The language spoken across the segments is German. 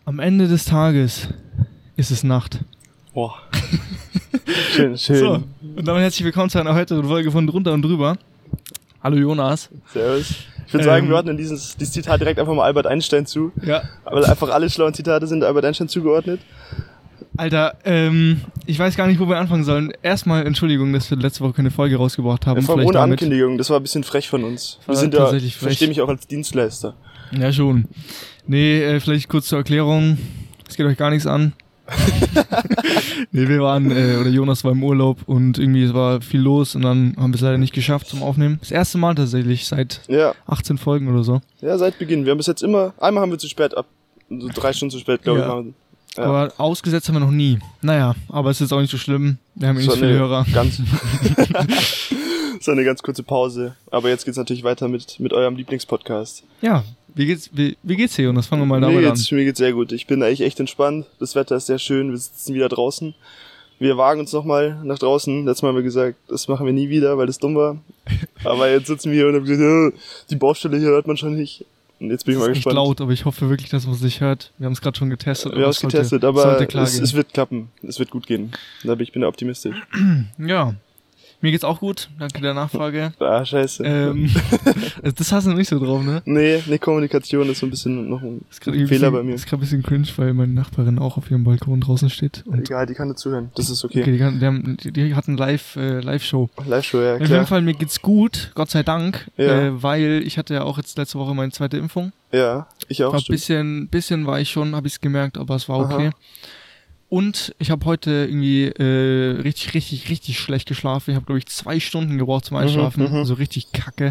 Am Ende des Tages ist es Nacht. Boah. Schön. So, und damit herzlich willkommen zu einer weiteren Folge von Drunter und Drüber. Hallo Jonas. Servus. Ich würde sagen, wir ordnen dieses Zitat direkt einfach mal Albert Einstein zu. Ja. Weil einfach alle schlauen Zitate sind Albert Einstein zugeordnet. Alter, ich weiß gar nicht, wo wir anfangen sollen. Erstmal Entschuldigung, dass wir letzte Woche keine Folge rausgebracht haben. Ja, vor allem ohne Ankündigung, das war ein bisschen frech von uns. Wir sind ja, ich verstehe mich auch als Dienstleister. Ja, schon. Nee, vielleicht kurz zur Erklärung. Es geht euch gar nichts an. Nee, wir waren, oder Jonas war im Urlaub und irgendwie es war viel los und dann haben wir es leider nicht geschafft zum Aufnehmen. Das erste Mal tatsächlich seit 18 Folgen oder so. Ja, seit Beginn. Wir haben bis jetzt einmal haben wir zu spät so 3 Stunden zu spät, glaube ich. Ja. Aber ausgesetzt haben wir noch nie. Naja, aber es ist auch nicht so schlimm. Wir haben eh nicht viele Hörer. Das ist eine ganz kurze Pause. Aber jetzt geht's natürlich weiter mit eurem Lieblingspodcast. Ja, wie geht's dir, Jonas? Fangen wir mal damit an. Mir geht's sehr gut. Ich bin eigentlich echt entspannt. Das Wetter ist sehr schön. Wir sitzen wieder draußen. Wir wagen uns nochmal nach draußen. Letztes Mal haben wir gesagt, das machen wir nie wieder, weil das dumm war. Aber jetzt sitzen wir hier und haben gesagt, die Baustelle hier hört man schon nicht. Und jetzt bin ich mal gespannt. Nicht laut, aber ich hoffe wirklich, dass man es nicht hört. Wir haben es gerade schon getestet. Wir haben es getestet, aber es wird klappen. Es wird gut gehen. Ich bin da optimistisch. Ja. Mir geht's auch gut. Danke der Nachfrage. Ah, scheiße. Das hast du nicht so drauf, ne? Nee, Kommunikation ist so ein bisschen noch ein Fehler bei mir. Das ist gerade ein bisschen cringe, weil meine Nachbarin auch auf ihrem Balkon draußen steht. Egal, die kann nicht zuhören. Das ist okay. Die hatten Live-Show. Live-Show, ja, klar. Auf jeden Fall, mir geht's gut, Gott sei Dank, ja. weil ich hatte ja auch jetzt letzte Woche meine zweite Impfung. Ja, ich auch. Bisschen war ich schon, habe ich's gemerkt, aber es war okay. Aha. Und ich habe heute irgendwie richtig schlecht geschlafen. Ich habe, glaube ich, 2 Stunden gebraucht zum Einschlafen. Also richtig kacke.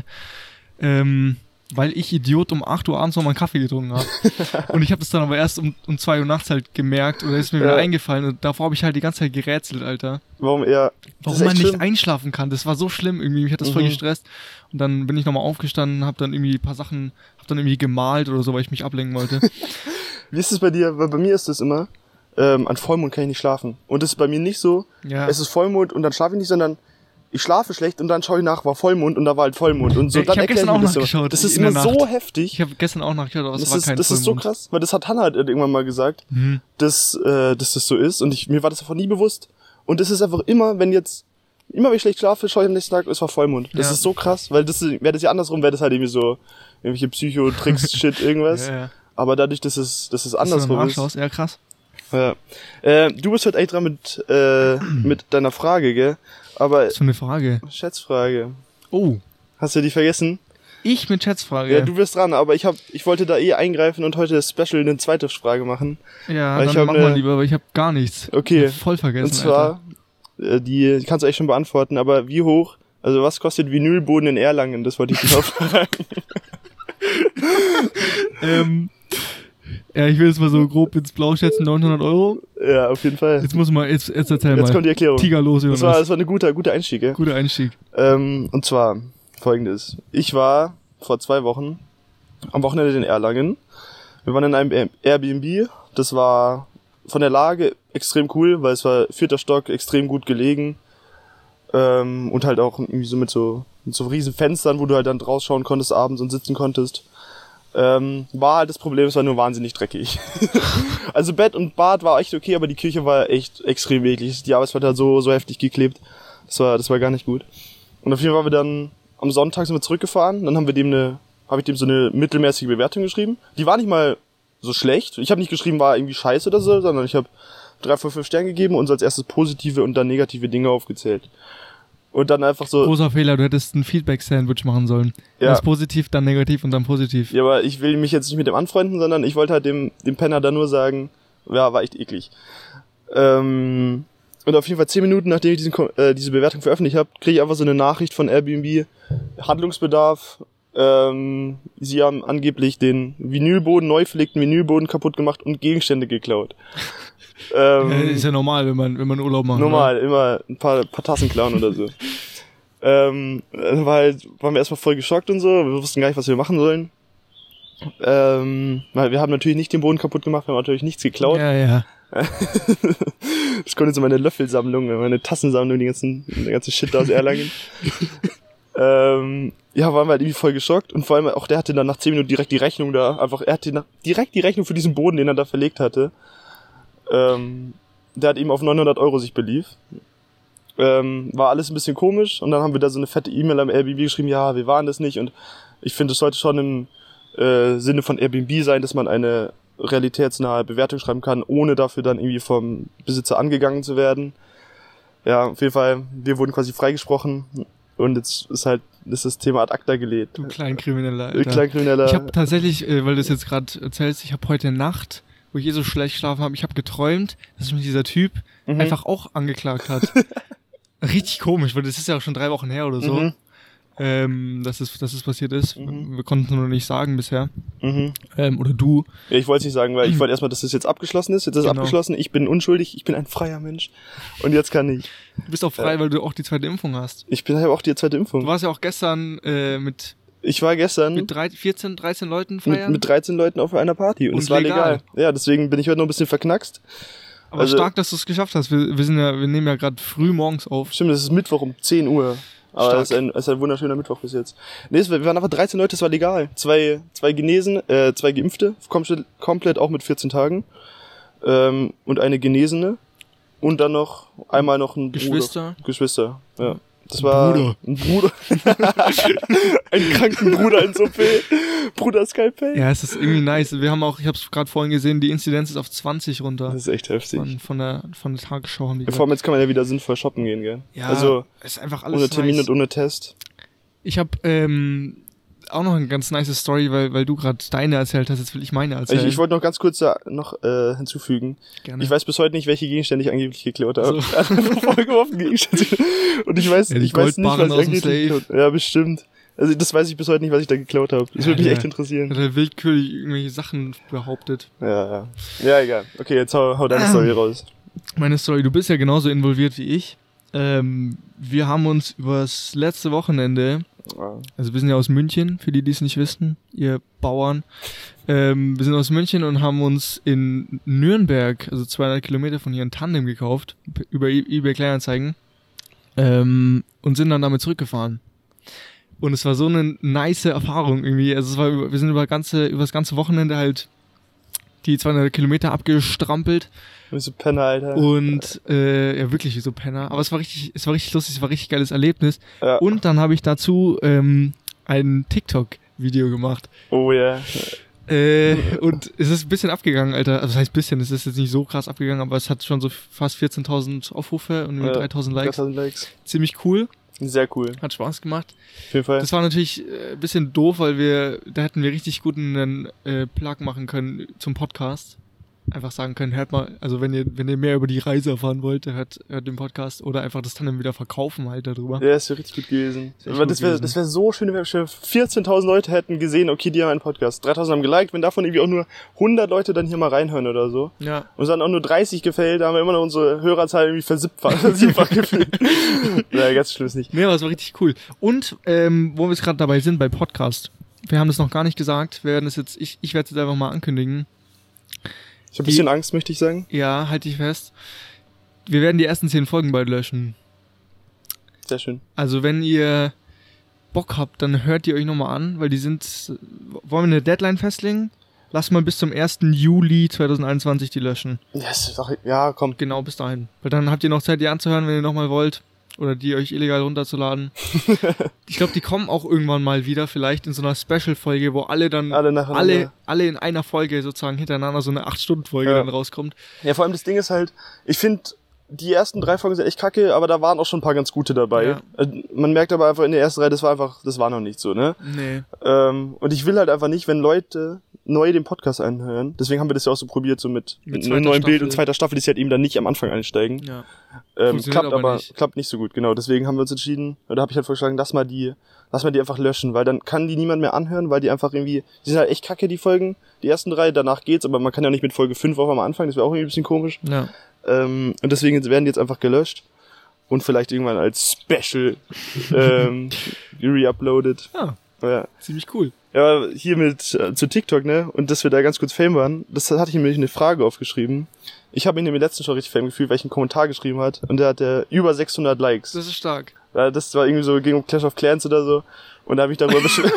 Weil ich Idiot um 8 Uhr abends noch mal einen Kaffee getrunken habe. Und ich habe das dann aber erst um 2 Uhr nachts halt gemerkt. Oder ist mir wieder eingefallen. Und davor habe ich halt die ganze Zeit gerätselt, Alter. Warum man nicht einschlafen kann. Das war so schlimm irgendwie. Mich hat das voll gestresst. Und dann bin ich nochmal aufgestanden, habe dann irgendwie ein paar Sachen, habe dann irgendwie gemalt oder so, weil ich mich ablenken wollte. Wie ist es bei dir? Weil bei mir ist das immer... an Vollmond kann ich nicht schlafen. Und das ist bei mir nicht so, es ist Vollmond und dann schlafe ich nicht, sondern ich schlafe schlecht und dann schaue ich nach, war Vollmond und da war halt Vollmond. Und so, dann erkläre ich mir das so. Das ist immer so heftig. Ich habe gestern auch nachgeschaut, aber es war kein Vollmond. Das ist so krass, weil das hat Hannah halt irgendwann mal gesagt, dass das so ist und mir war das einfach nie bewusst. Und das ist einfach immer, wenn ich schlecht schlafe, schaue ich am nächsten Tag, es war Vollmond. Das ist so krass, weil wäre das ja andersrum, wäre das halt irgendwie so irgendwelche Psycho-Tricks-Shit, irgendwas. Ja. Aber dadurch, dass es andersrum ist. Ja, krass. Ja. Du bist heute eigentlich dran mit deiner Frage, gell? Aber. Was für eine Frage? Schätzfrage. Oh. Hast du die vergessen? Ich mit Schätzfrage? Ja, du bist dran, aber ich wollte da eingreifen und heute Special eine zweite Frage machen. Ja, dann mach mal lieber, weil ich habe gar nichts. Okay. Voll vergessen, und zwar, die kannst du eigentlich schon beantworten, aber wie hoch, also was kostet Vinylboden in Erlangen? Das wollte ich dich auch fragen. Ja, ich will jetzt mal so grob ins Blau schätzen, 900 €. Ja, auf jeden Fall. Jetzt erzähl mal. Jetzt kommt die Erklärung. Tiger los, Jonas. Das war ein guter Einstieg, ja? Guter Einstieg. Und zwar folgendes. Ich war vor 2 Wochen am Wochenende in Erlangen. Wir waren in einem Airbnb. Das war von der Lage extrem cool, weil es war 4. Stock, extrem gut gelegen. Und halt auch irgendwie so mit so riesen Fenstern, wo du halt dann rausschauen konntest abends und sitzen konntest. War halt das Problem, es war nur wahnsinnig dreckig. Also Bett und Bad war echt okay, aber die Küche war echt extrem eklig. Die Arbeitsplatte hat so heftig geklebt. Das war gar nicht gut. Und auf jeden Fall waren wir dann am Sonntag sind wir zurückgefahren. Dann habe ich dem so eine mittelmäßige Bewertung geschrieben. Die war nicht mal so schlecht. Ich habe nicht geschrieben, war irgendwie scheiße oder so, sondern ich habe 3 von 5 Sternen gegeben und als erstes positive und dann negative Dinge aufgezählt. Und dann einfach so... Großer Fehler, du hättest ein Feedback-Sandwich machen sollen. Ja. Erst positiv, dann negativ und dann positiv. Ja, aber ich will mich jetzt nicht mit dem anfreunden, sondern ich wollte halt dem Penner da nur sagen, ja, war echt eklig. Und auf jeden Fall 10 Minuten, nachdem ich diese Bewertung veröffentlicht habe, kriege ich einfach so eine Nachricht von Airbnb, Handlungsbedarf. Sie haben angeblich den neu verlegten Vinylboden kaputt gemacht und Gegenstände geklaut. Ist ja normal, wenn man Urlaub macht. Normal, oder? Immer ein paar Tassen klauen oder so. Waren wir erstmal voll geschockt und so, wir wussten gar nicht, was wir machen sollen. Weil wir haben natürlich nicht den Boden kaputt gemacht, wir haben natürlich nichts geklaut. Ja. Das kommt jetzt in meine Löffelsammlung, meine Tassensammlung, der ganze Shit da aus Erlangen. waren wir halt irgendwie voll geschockt und vor allem auch der hatte dann nach 10 Minuten direkt die Rechnung da, er hatte direkt die Rechnung für diesen Boden, den er da verlegt hatte. Der hat ihm auf 900 € sich belief. War alles ein bisschen komisch und dann haben wir da so eine fette E-Mail am Airbnb geschrieben, ja, wir waren das nicht und ich finde, es sollte schon im Sinne von Airbnb sein, dass man eine realitätsnahe Bewertung schreiben kann, ohne dafür dann irgendwie vom Besitzer angegangen zu werden. Ja, auf jeden Fall, wir wurden quasi freigesprochen und jetzt ist das Thema ad acta gelegt. Du Kleinkrimineller, Alter. Kleinkrimineller. Ich habe tatsächlich, weil du es jetzt gerade erzählst, ich habe heute Nacht, wo ich so schlecht geschlafen habe, ich habe geträumt, dass mich dieser Typ einfach auch angeklagt hat. Richtig komisch, weil das ist ja auch schon 3 Wochen her oder so, dass es passiert ist. Wir konnten es nur nicht sagen bisher. Oder du. Ja, ich wollte es nicht sagen, weil ich wollte erstmal, dass das jetzt abgeschlossen ist. Jetzt ist es abgeschlossen, ich bin unschuldig, ich bin ein freier Mensch. Und jetzt kann ich. Du bist auch frei, weil du auch die 2. Impfung hast. Ich habe auch die 2. Impfung. Du warst ja auch gestern Ich war gestern mit 13 Leuten feiern. Mit 13 Leuten auf einer Party und es war legal. Ja, deswegen bin ich heute noch ein bisschen verknackst. Aber stark, dass du es geschafft hast. Wir nehmen ja gerade früh morgens auf. Stimmt, es ist Mittwoch um 10 Uhr. Aber es ist ein wunderschöner Mittwoch bis jetzt. Nee, wir waren einfach 13 Leute, es war legal. 2 Genesen, 2 Geimpfte, komplett auch mit 14 Tagen. Und eine Genesene. Und dann einmal noch ein Geschwister, ja. Das war ein Bruder. Ein kranken Bruder in OP. Bruder Skalpell. Ja, es ist irgendwie nice. Ich habe es gerade vorhin gesehen, die Inzidenz ist auf 20 runter. Das ist echt heftig. Von der Tagesschau haben die vor allem jetzt kann man ja wieder sinnvoll shoppen gehen, gell? Ja, also ist einfach alles ohne Termin nice. und ohne Test. Ich habe auch noch eine ganz nice Story, weil du gerade deine erzählt hast, jetzt will ich meine erzählen. Ich wollte noch ganz kurz hinzufügen. Gerne. Ich weiß bis heute nicht, welche Gegenstände ich angeblich geklaut habe. Vorgeworfen Gegenstände. Und ich weiß nicht, was ich angeblich geklaut habe. Ja, bestimmt. Also das weiß ich bis heute nicht, was ich da geklaut habe. Das würde mich echt interessieren. Hat er willkürlich irgendwelche Sachen behauptet. Ja, egal. Okay, jetzt hau deine Story raus. Meine Story, du bist ja genauso involviert wie ich. Wir haben uns übers letzte Wochenende, also wir sind ja aus München, für die es nicht wissen, ihr Bauern, wir sind aus München und haben uns in Nürnberg, also 200 Kilometer von hier, ein Tandem gekauft, über eBay Kleinanzeigen, und sind dann damit zurückgefahren. Und es war so eine nice Erfahrung irgendwie, also wir sind über das ganze Wochenende halt die 200 Kilometer abgestrampelt. Wie so Penner, Alter. Und ja, wirklich wie so Penner. Aber es war richtig lustig, es war ein richtig geiles Erlebnis. Ja. Und dann habe ich dazu ein TikTok-Video gemacht. Oh ja. Und es ist ein bisschen abgegangen, Alter. Also das heißt bisschen, es ist jetzt nicht so krass abgegangen, aber es hat schon so fast 14.000 Aufrufe und 3.000 Likes. 3.000 Likes. Ziemlich cool. Sehr cool. Hat Spaß gemacht. Auf jeden Fall. Das war natürlich ein bisschen doof, weil da hätten wir richtig gut einen Plug machen können zum Podcast. Einfach sagen können, hört mal, also wenn ihr mehr über die Reise erfahren wollt, hört den Podcast oder einfach das dann wieder verkaufen halt darüber. Ja, das wäre richtig gut gewesen. Das wäre so schön, wenn 14.000 Leute hätten gesehen, okay, die haben einen Podcast. 3.000 haben geliked, wenn davon irgendwie auch nur 100 Leute dann hier mal reinhören oder so. Ja. Und es dann auch nur 30 gefällt, da haben wir immer noch unsere Hörerzahl irgendwie versiebfach gefühlt. Naja, ganz schlimm ist nicht. Nee, aber es war richtig cool. Und, wo wir jetzt gerade dabei sind, bei Podcast. Wir haben das noch gar nicht gesagt, wir werden das jetzt, ich werde es jetzt einfach mal ankündigen. Ich habe ein bisschen Angst, möchte ich sagen. Ja, halt dich fest. Wir werden die ersten 10 Folgen bald löschen. Sehr schön. Also wenn ihr Bock habt, dann hört ihr euch nochmal an, weil die sind... Wollen wir eine Deadline festlegen? Lass mal bis zum 1. Juli 2021 die löschen. Yes, ja, komm. Genau, bis dahin. Weil dann habt ihr noch Zeit, die anzuhören, wenn ihr nochmal wollt. Oder die euch illegal runterzuladen. Ich glaube, die kommen auch irgendwann mal wieder, vielleicht in so einer Special-Folge, wo alle in einer Folge sozusagen hintereinander so eine 8-Stunden-Folge dann rauskommt. Ja, vor allem das Ding ist halt, ich finde, die ersten 3 Folgen sind echt kacke, aber da waren auch schon ein paar ganz gute dabei. Ja. Man merkt aber einfach in der ersten Reihe, das war noch nicht so, ne? Nee. Und ich will halt einfach nicht, wenn Leute neu den Podcast einhören. Deswegen haben wir das ja auch so probiert, so mit einem neuen Bild und 2. Staffel, die sie halt eben dann nicht am Anfang einsteigen. Ja. Klappt nicht so gut, genau. Deswegen haben wir uns entschieden, oder habe ich halt vorgeschlagen, lass mal die einfach löschen, weil dann kann die niemand mehr anhören, weil die einfach irgendwie, die sind halt echt kacke, die Folgen, die ersten 3, danach geht's, aber man kann ja nicht mit Folge 5 auf einmal anfangen, das wäre auch irgendwie ein bisschen komisch. Ja. Und deswegen werden die jetzt einfach gelöscht und vielleicht irgendwann als Special reuploadet. Ja, ziemlich cool. Ja, hier zu TikTok, ne? Und dass wir da ganz kurz Fame waren, das hatte ich mir eine Frage aufgeschrieben. Ich habe ihn im letzten schon richtig Fame gefühlt, weil ich einen Kommentar geschrieben hat und der hatte über 600 Likes. Das ist stark. Das war irgendwie so, ging um Clash of Clans oder so. Und da habe ich darüber beschwert.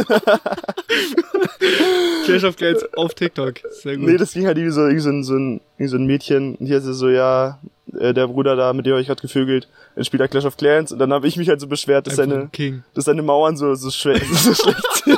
Clash of Clans auf TikTok. Sehr gut. Nee, das ging halt irgendwie so ein Mädchen. Und hier ist es so, ja, der Bruder da, mit dem habe ich gerade gevögelt, dann spielt er Clash of Clans. Und dann habe ich mich halt so beschwert, dass seine Mauern so schlecht sind.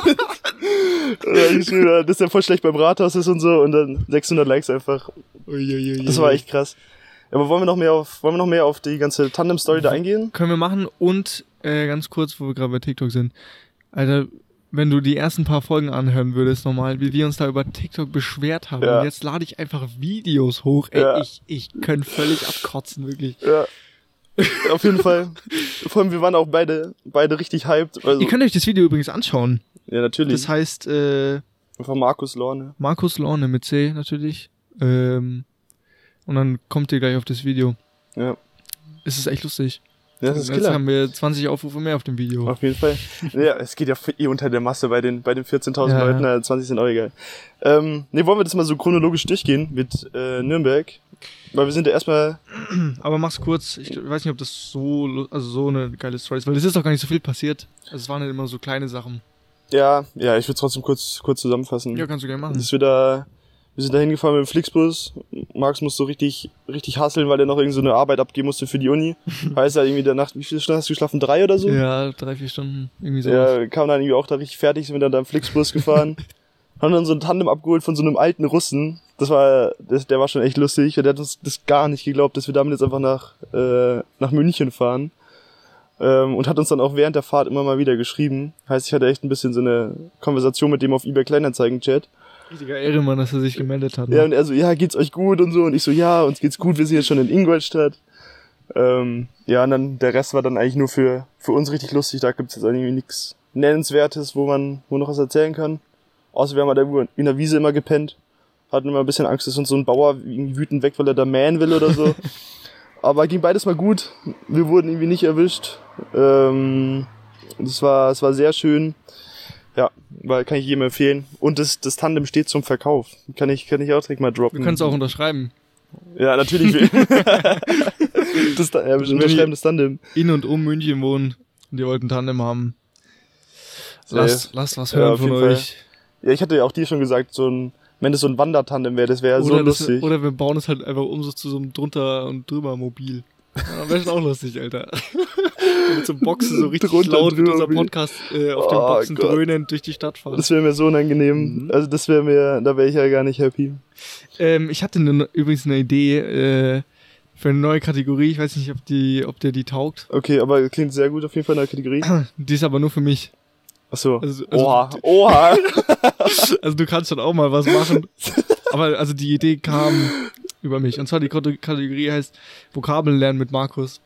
Oder ich schrieb, dass der voll schlecht beim Rathaus ist und so. Und dann 600 Likes einfach. Das war echt krass. Aber wollen wir noch mehr auf die ganze Tandem-Story da eingehen? Können wir machen. Und ganz kurz, wo wir gerade bei TikTok sind. Alter, wenn du die ersten paar Folgen anhören würdest nochmal, wie wir uns da über TikTok beschwert haben. Ja. Und jetzt lade ich einfach Videos hoch. Ey, ja. Ich könnte völlig abkotzen, wirklich. Ja. Auf jeden Fall. Vor allem, wir waren auch beide richtig hyped. Also, ihr könnt euch das Video übrigens anschauen. Ja, natürlich. Das heißt, von Markus Lorne. Markus Lorne mit C, natürlich. Und dann kommt ihr gleich auf das Video. Ja. Es ist echt lustig. Ja, das ist Jetzt haben wir 20 Aufrufe mehr auf dem Video. Auf jeden Fall. Ja, es geht ja unter der Masse bei den 14.000 Leuten. Ja. 20 sind auch egal. wollen wir das mal so chronologisch durchgehen mit Nürnberg? Weil wir sind ja erstmal... Aber mach's kurz. Ich weiß nicht, ob das so eine geile Story ist, weil es ist doch gar nicht so viel passiert. Also es waren halt immer so kleine Sachen. Ja, ich würde trotzdem kurz zusammenfassen. Ja, kannst du gerne machen. Wir sind da hingefahren mit dem Flixbus. Max musste so richtig hustlen, weil er noch irgend so eine Arbeit abgeben musste für die Uni. Heißt er irgendwie danach, wie viele Stunden hast du geschlafen? 3 oder so? Ja, 3-4 Stunden. Irgendwie so. Ja, kam dann irgendwie auch da richtig fertig, sind wir dann da im Flixbus gefahren. Haben dann so ein Tandem abgeholt von so einem alten Russen. Der war schon echt lustig. Der hat uns das gar nicht geglaubt, dass wir damit jetzt einfach nach München fahren. Und hat uns dann auch während der Fahrt immer mal wieder geschrieben. Heißt, ich hatte echt ein bisschen so eine Konversation mit dem auf eBay Kleinanzeigen-Chat. Richtiger Ehrenmann, dass er sich gemeldet hat. Ja, und er so, ja, geht's euch gut und so. Und ich so, ja, uns geht's gut, wir sind jetzt schon in Ingolstadt. Und dann der Rest war dann eigentlich nur für uns richtig lustig. Da gibt's jetzt irgendwie nichts Nennenswertes, wo noch was erzählen kann. Außer wir haben halt in der Wiese immer gepennt. Hatten immer ein bisschen Angst, dass uns so ein Bauer irgendwie wütend weg, weil er da mähen will oder so. Aber ging beides mal gut. Wir wurden irgendwie nicht erwischt. Es war sehr schön. Ja, kann ich jedem empfehlen. Und das Tandem steht zum Verkauf. Kann ich auch direkt mal droppen. Wir können es auch unterschreiben. Ja, natürlich. Wir unterschreiben das Tandem. In und um München wohnen und ihr wollt ein Tandem haben. Lasst was hören von euch. Ja, ich hatte ja auch dir schon gesagt, wenn das so ein Wandertandem wäre, das wäre so lustig. Oder wir bauen es halt einfach um so zu so einem drunter und drüber Mobil. Ja, wäre schon auch lustig, Alter. Mit so Boxen so richtig laut mit unserem Podcast auf den Boxen dröhnend durch die Stadt fahren. Das wäre mir so unangenehm. Mhm. Also da wäre ich ja gar nicht happy. Ich hatte übrigens eine Idee für eine neue Kategorie. Ich weiß nicht, ob der die taugt. Okay, aber klingt sehr gut auf jeden Fall in der Kategorie. Die ist aber nur für mich. Ach so. Also, Oha. Also du kannst schon auch mal was machen. Aber also die Idee kam über mich. Und zwar die Kategorie heißt Vokabeln lernen mit Markus.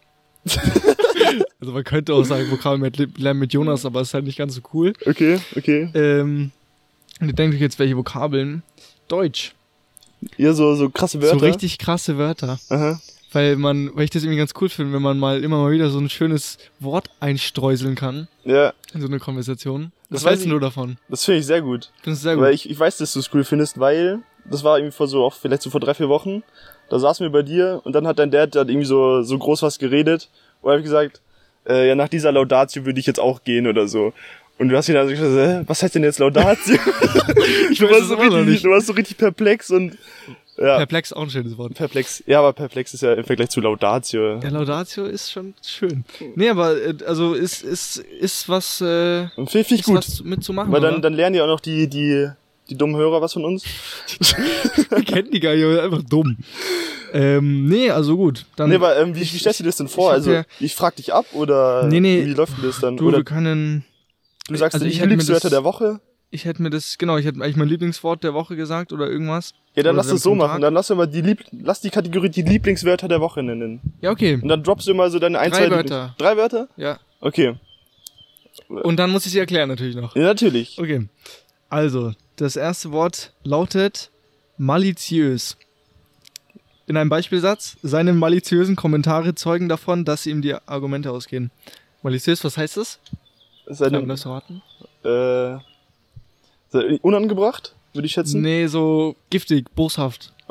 Also man könnte auch sagen Vokabeln lernen mit Jonas, aber ist halt nicht ganz so cool. Okay. Und ihr denkt euch jetzt, welche Vokabeln? Deutsch. Ja, so krasse Wörter. So richtig krasse Wörter. Aha. Weil ich das irgendwie ganz cool finde, wenn man immer mal wieder so ein schönes Wort einstreuseln kann. Ja. In so eine Konversation. Was hältst du davon? Das finde ich sehr gut. Findest du sehr gut? Weil ich weiß, dass du es cool findest, weil das war irgendwie vielleicht vor 3-4 Wochen. Da saßen wir bei dir und dann hat dein Dad irgendwie so groß was geredet. Und habe ich gesagt, nach dieser Laudatio würde ich jetzt auch gehen oder so. Und du hast ihn also gesagt, was heißt denn jetzt Laudatio? Du warst so richtig perplex und ja. Perplex, auch ein schönes Wort. Perplex. Ja, aber perplex ist ja im Vergleich zu Laudatio. Ja, Laudatio ist schon schön. Nee, aber also ist was finde ich gut. Was mitzumachen. Weil dann lernen ja auch noch die dummen Hörer was von uns. Die kennen die gar nicht, einfach dumm. Nee, also gut. Dann, aber wie stellst du dir das denn vor? Also ich frag dich ab oder nee, wie läuft denn das dann? Wir können... Du sagst, also ich Lieblingswörter der Woche? Ich hätte eigentlich mein Lieblingswort der Woche gesagt oder irgendwas. Ja, dann lass es so machen. Dann lass die Kategorie die Lieblingswörter der Woche nennen. Ja, okay. Und dann droppst du immer so deine 3 Wörter. 3 Wörter? Ja. Okay. Und dann muss ich sie erklären natürlich noch. Ja, natürlich. Okay. Also, das erste Wort lautet maliziös. In einem Beispielsatz, seine maliziösen Kommentare zeugen davon, dass ihm die Argumente ausgehen. Maliziös, was heißt das? Kann das raten? Unangebracht, würde ich schätzen? Nee, so giftig, boshaft.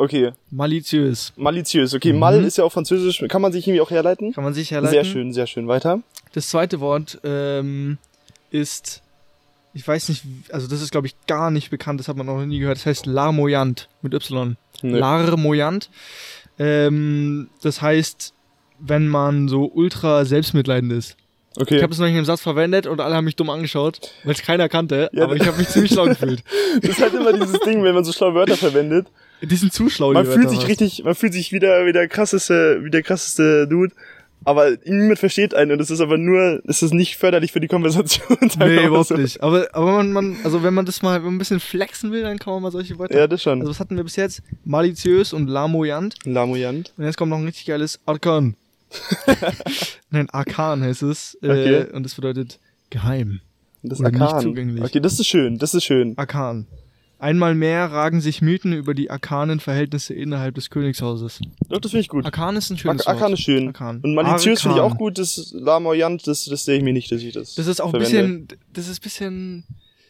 Okay. Maliziös. Maliziös. Okay, Mal ist ja auch französisch. Kann man sich irgendwie auch herleiten? Kann man sich herleiten. Sehr schön, sehr schön. Weiter. Das zweite Wort ist, ich weiß nicht, also das ist, glaube ich, gar nicht bekannt, das hat man noch nie gehört. Das heißt Larmoyant mit Y. Nee. Larmoyant. Das heißt, wenn man so ultra selbstmitleidend ist. Okay. Ich habe es noch nicht im Satz verwendet und alle haben mich dumm angeschaut, weil es keiner kannte, Ja, aber ich habe mich ziemlich schlau gefühlt. Das ist halt immer dieses Ding, wenn man so schlaue Wörter verwendet. Die sind zu schlau, Man die fühlt Wörter sich fast. richtig, man fühlt sich wie der krasseste Dude. Aber niemand versteht einen und es ist aber nur, es ist nicht förderlich für die Konversation. Nee, überhaupt nicht. Aber man, also wenn man ein bisschen flexen will, dann kann man mal solche Wörter. Ja, das schon. Also was hatten wir bis jetzt? Maliziös und larmoyant. Larmoyant. Und jetzt kommt noch ein richtig geiles Arkan. Nein, Arkan heißt es. Okay. Und das bedeutet geheim. Das Oder Arkan. nicht zugänglich. Okay, das ist schön, das ist schön. Arkan. Einmal mehr ragen sich Mythen über die arkanen Verhältnisse innerhalb des Königshauses. Doch, das finde ich gut. Arkan ist ein schönes Wort. Arkan ist schön. Arkan. Und maliziös finde ich Arkan. auch gut. Das Larmoyant, das sehe ich mir nicht, dass ich das Das ist auch verwende. ein bisschen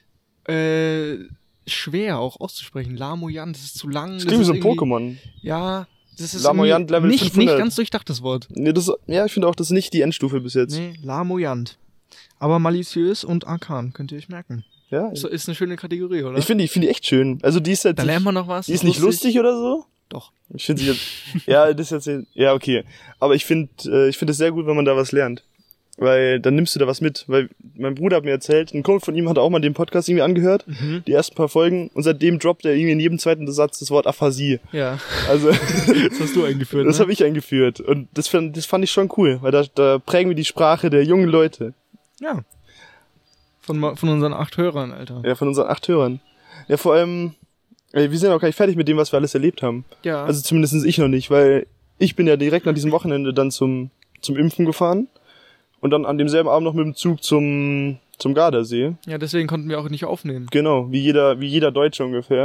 schwer auch auszusprechen. Larmoyant, das ist zu lang. Das klingt wie so ein irgendwie- Pokémon. Ja, das ist Larmoyant irgendwie Level 500. nicht ganz durchdachtes Wort. Nee, ja, ich finde auch, das ist nicht die Endstufe bis jetzt. Nee, larmoyant. Aber maliziös und arkan, könnt ihr euch merken. Ja, So, ist eine schöne Kategorie, oder? ich finde die echt schön. Also die ist halt da lernt man noch was. die ist nicht lustig oder so. Doch. Ich finde sie jetzt, ja, das ist jetzt, ja, okay. Aber ich finde es sehr gut, wenn man da was lernt. Weil dann nimmst du da was mit. Weil mein Bruder hat mir erzählt, ein Kumpel von ihm hat auch mal den Podcast irgendwie angehört, die ersten paar Folgen, und seitdem droppt er irgendwie in jedem zweiten Satz das Wort Aphasie. Ja, Also, das hast du eingeführt, das ne? habe ich eingeführt. Und das fand ich schon cool, weil da prägen wir die Sprache der jungen Leute. Ja. Von unseren 8 Hörern, Alter. Ja, von unseren 8 Hörern. Ja, vor allem, wir sind auch gar nicht fertig mit dem, was wir alles erlebt haben. Ja. Also zumindest ich noch nicht, weil ich bin ja direkt nach diesem Wochenende dann zum Impfen gefahren und dann an demselben Abend noch mit dem Zug zum Gardasee. Ja, deswegen konnten wir auch nicht aufnehmen. Genau, wie jeder Deutsche ungefähr.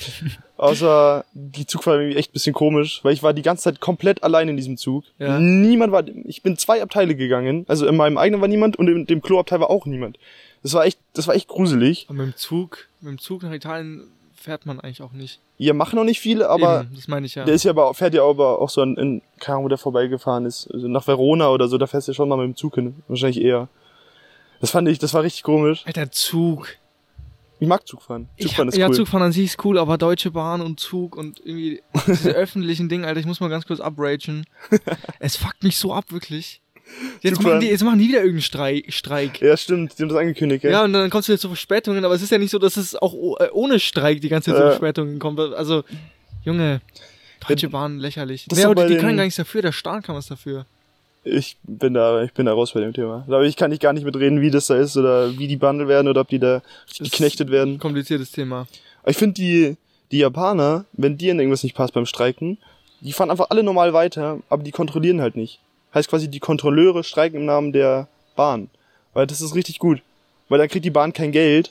Außer die Zugfahrt war irgendwie echt ein bisschen komisch, weil ich war die ganze Zeit komplett allein in diesem Zug. Ja. Ich bin 2 Abteile gegangen, also in meinem eigenen war niemand und in dem Kloabteil war auch niemand. Das war echt gruselig. Aber mit dem Zug nach Italien fährt man eigentlich auch nicht. Wir machen noch nicht viele, aber Eben, das meine ich ja. der ist ja fährt ja aber auch so keine Ahnung, wo der vorbeigefahren ist. Also nach Verona oder so, da fährst du ja schon mal mit dem Zug hin. Wahrscheinlich eher. Das war richtig komisch. Alter, Zug. Ich mag Zugfahren. Zugfahren ist ja, cool. Zugfahren an sich ist cool, aber Deutsche Bahn und Zug und irgendwie diese öffentlichen Dinge, Alter, ich muss mal ganz kurz upragen. Es fuckt mich so ab, wirklich. Jetzt machen die wieder irgendeinen Streik. Ja, stimmt, die haben das angekündigt, Ja, und dann kommst du wieder zu Verspätungen, aber es ist ja nicht so, dass es auch ohne Streik die ganze Zeit zu Verspätungen kommt. Also, Junge, Deutsche Bahn, lächerlich. Das ist doch Die bei können den- gar nichts dafür, der Staat kann was dafür. Ich bin da raus bei dem Thema. Da kann ich gar nicht mitreden, wie das da ist oder wie die behandelt werden oder ob die da Das geknechtet werden. ist ein kompliziertes Thema. Aber ich finde die Japaner, wenn denen irgendwas nicht passt beim Streiken, die fahren einfach alle normal weiter, aber die kontrollieren halt nicht. Heißt quasi, die Kontrolleure streiken im Namen der Bahn. Weil das ist richtig gut. Weil dann kriegt die Bahn kein Geld.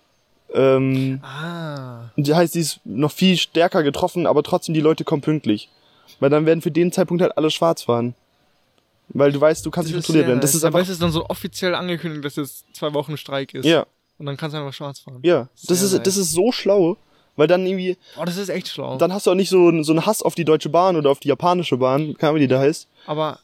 Und das heißt, die ist noch viel stärker getroffen, aber trotzdem die Leute kommen pünktlich. Weil dann werden für den Zeitpunkt halt alle schwarz fahren. Weil du weißt, du kannst nicht kontrolliert werden. Das ist aber einfach, es ist dann so offiziell angekündigt, dass jetzt 2 Wochen Streik ist. ja, Und dann kannst du einfach schwarz fahren. ja. Das Sehr ist so schlau. Weil dann irgendwie, Oh, das ist echt schlau. dann hast du auch nicht so einen Hass auf die Deutsche Bahn oder auf die japanische Bahn, keine Ahnung, wie die da heißt. Aber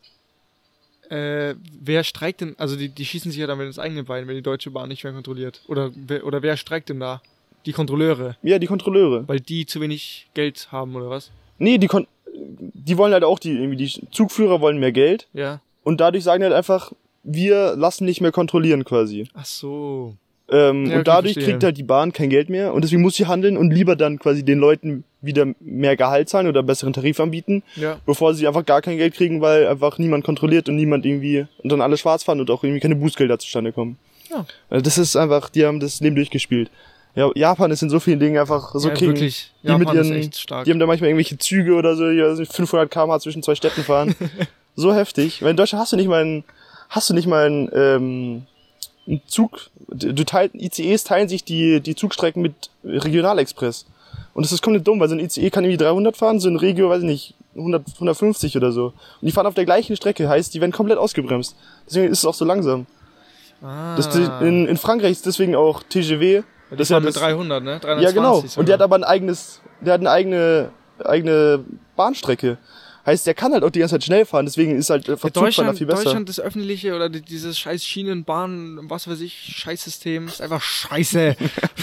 wer streikt denn? Also die schießen sich ja dann mit ins eigene Bein, wenn die Deutsche Bahn nicht mehr kontrolliert. Oder wer streikt denn da? Die Kontrolleure. Ja, die Kontrolleure. Weil die zu wenig Geld haben, oder was? Nee, die wollen halt auch, die Zugführer wollen mehr Geld. Ja. Und dadurch sagen die halt einfach, wir lassen nicht mehr kontrollieren quasi. Ach so. Und okay, dadurch verstehe. kriegt halt die Bahn kein Geld mehr und deswegen muss sie handeln und lieber dann quasi den Leuten wieder mehr Gehalt zahlen oder besseren Tarif anbieten, Ja. bevor sie einfach gar kein Geld kriegen, weil einfach niemand kontrolliert und niemand irgendwie und dann alle schwarz fahren und auch irgendwie keine Bußgelder zustande kommen. Ja. Also das ist einfach, die haben das Leben durchgespielt. Ja, Japan ist in so vielen Dingen einfach so Ja, kriegen. wirklich. Die mit Japan ist ihren, echt stark. die haben da manchmal irgendwelche Züge oder so, die weiß nicht, 500 km/h zwischen 2 Städten fahren. So heftig. Weil in Deutschland hast du nicht mal einen Zug, ICEs teilen sich die Zugstrecken mit Regionalexpress. Und das ist komplett dumm, weil so ein ICE kann irgendwie 300 fahren, so ein Regio, weiß ich nicht, 150 oder so. Und die fahren auf der gleichen Strecke, heißt, die werden komplett ausgebremst. Deswegen ist es auch so langsam. In Frankreich ist deswegen auch TGV. Das ist ja mit 300, ne? 320 Ja, genau. sogar. Und der hat aber der hat eine eigene eigene Bahnstrecke. Heißt, der kann halt auch die ganze Zeit schnell fahren, deswegen ist halt Deutschland viel besser. Deutschland, das öffentliche oder dieses scheiß Schienenbahn, was weiß ich, Scheißsystem, ist einfach scheiße.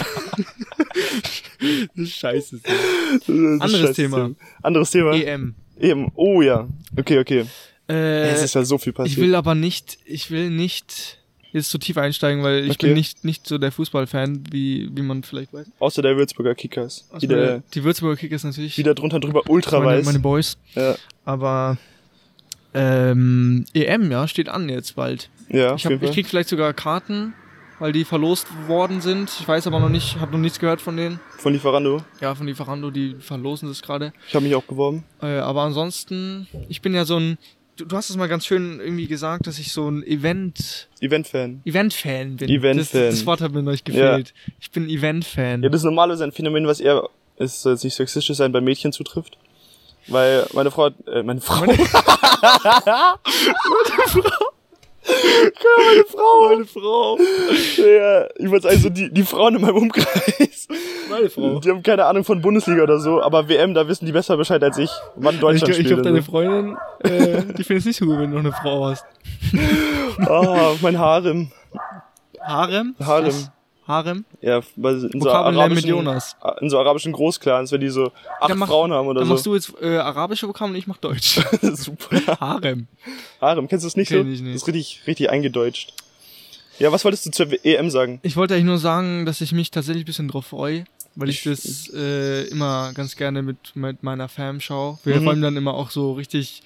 Das Scheißsystem. Anderes Thema. EM, oh ja. Okay. Es ist ja so viel passiert. Ich will nicht jetzt zu tief einsteigen, weil ich bin nicht so der Fußballfan, wie man vielleicht weiß. Außer der Würzburger Kickers. Die Würzburger Kickers natürlich. Wieder drüber ultra weiß. Meine Boys. Ja. Aber EM, ja, steht an jetzt bald. Ja, ich krieg vielleicht sogar Karten, weil die verlost worden sind. Ich weiß aber noch nicht, habe noch nichts gehört von denen. Von Lieferando? Ja, von Lieferando, die verlosen das gerade. Ich habe mich auch beworben. Aber ansonsten, ich bin ja so ein... Du hast es mal ganz schön irgendwie gesagt, dass ich so ein Event-Fan bin. Das Wort hat mir neulich gefehlt. Ja. Ich bin Event-Fan. Ja, das ist normalerweise ein Phänomen, was eher, es soll jetzt nicht sexistisch sein, bei Mädchen zutrifft. Weil meine Frau... Meine Frau. Ja, ich wollte sagen, so die Frauen in meinem Umkreis. Meine Frau. Die haben keine Ahnung von Bundesliga oder so, aber WM, da wissen die besser Bescheid als ich, wann Deutschland spielt. Ich glaube, deine Freundin, die findet es nicht so gut, wenn du noch eine Frau hast. Mein Harem. Harem? Harem? Ja, weil in so arabischen Großclans, wenn die so 8 Frauen haben oder so. Dann machst du jetzt arabische Vokabeln und ich mach Deutsch. Super. Harem, kennst du das nicht so? Ich nicht. Das ist richtig eingedeutscht. Ja, was wolltest du zur EM sagen? Ich wollte eigentlich nur sagen, dass ich mich tatsächlich ein bisschen drauf freue, weil ich das immer ganz gerne mit meiner Fam schaue. Wir räumen dann immer auch so richtig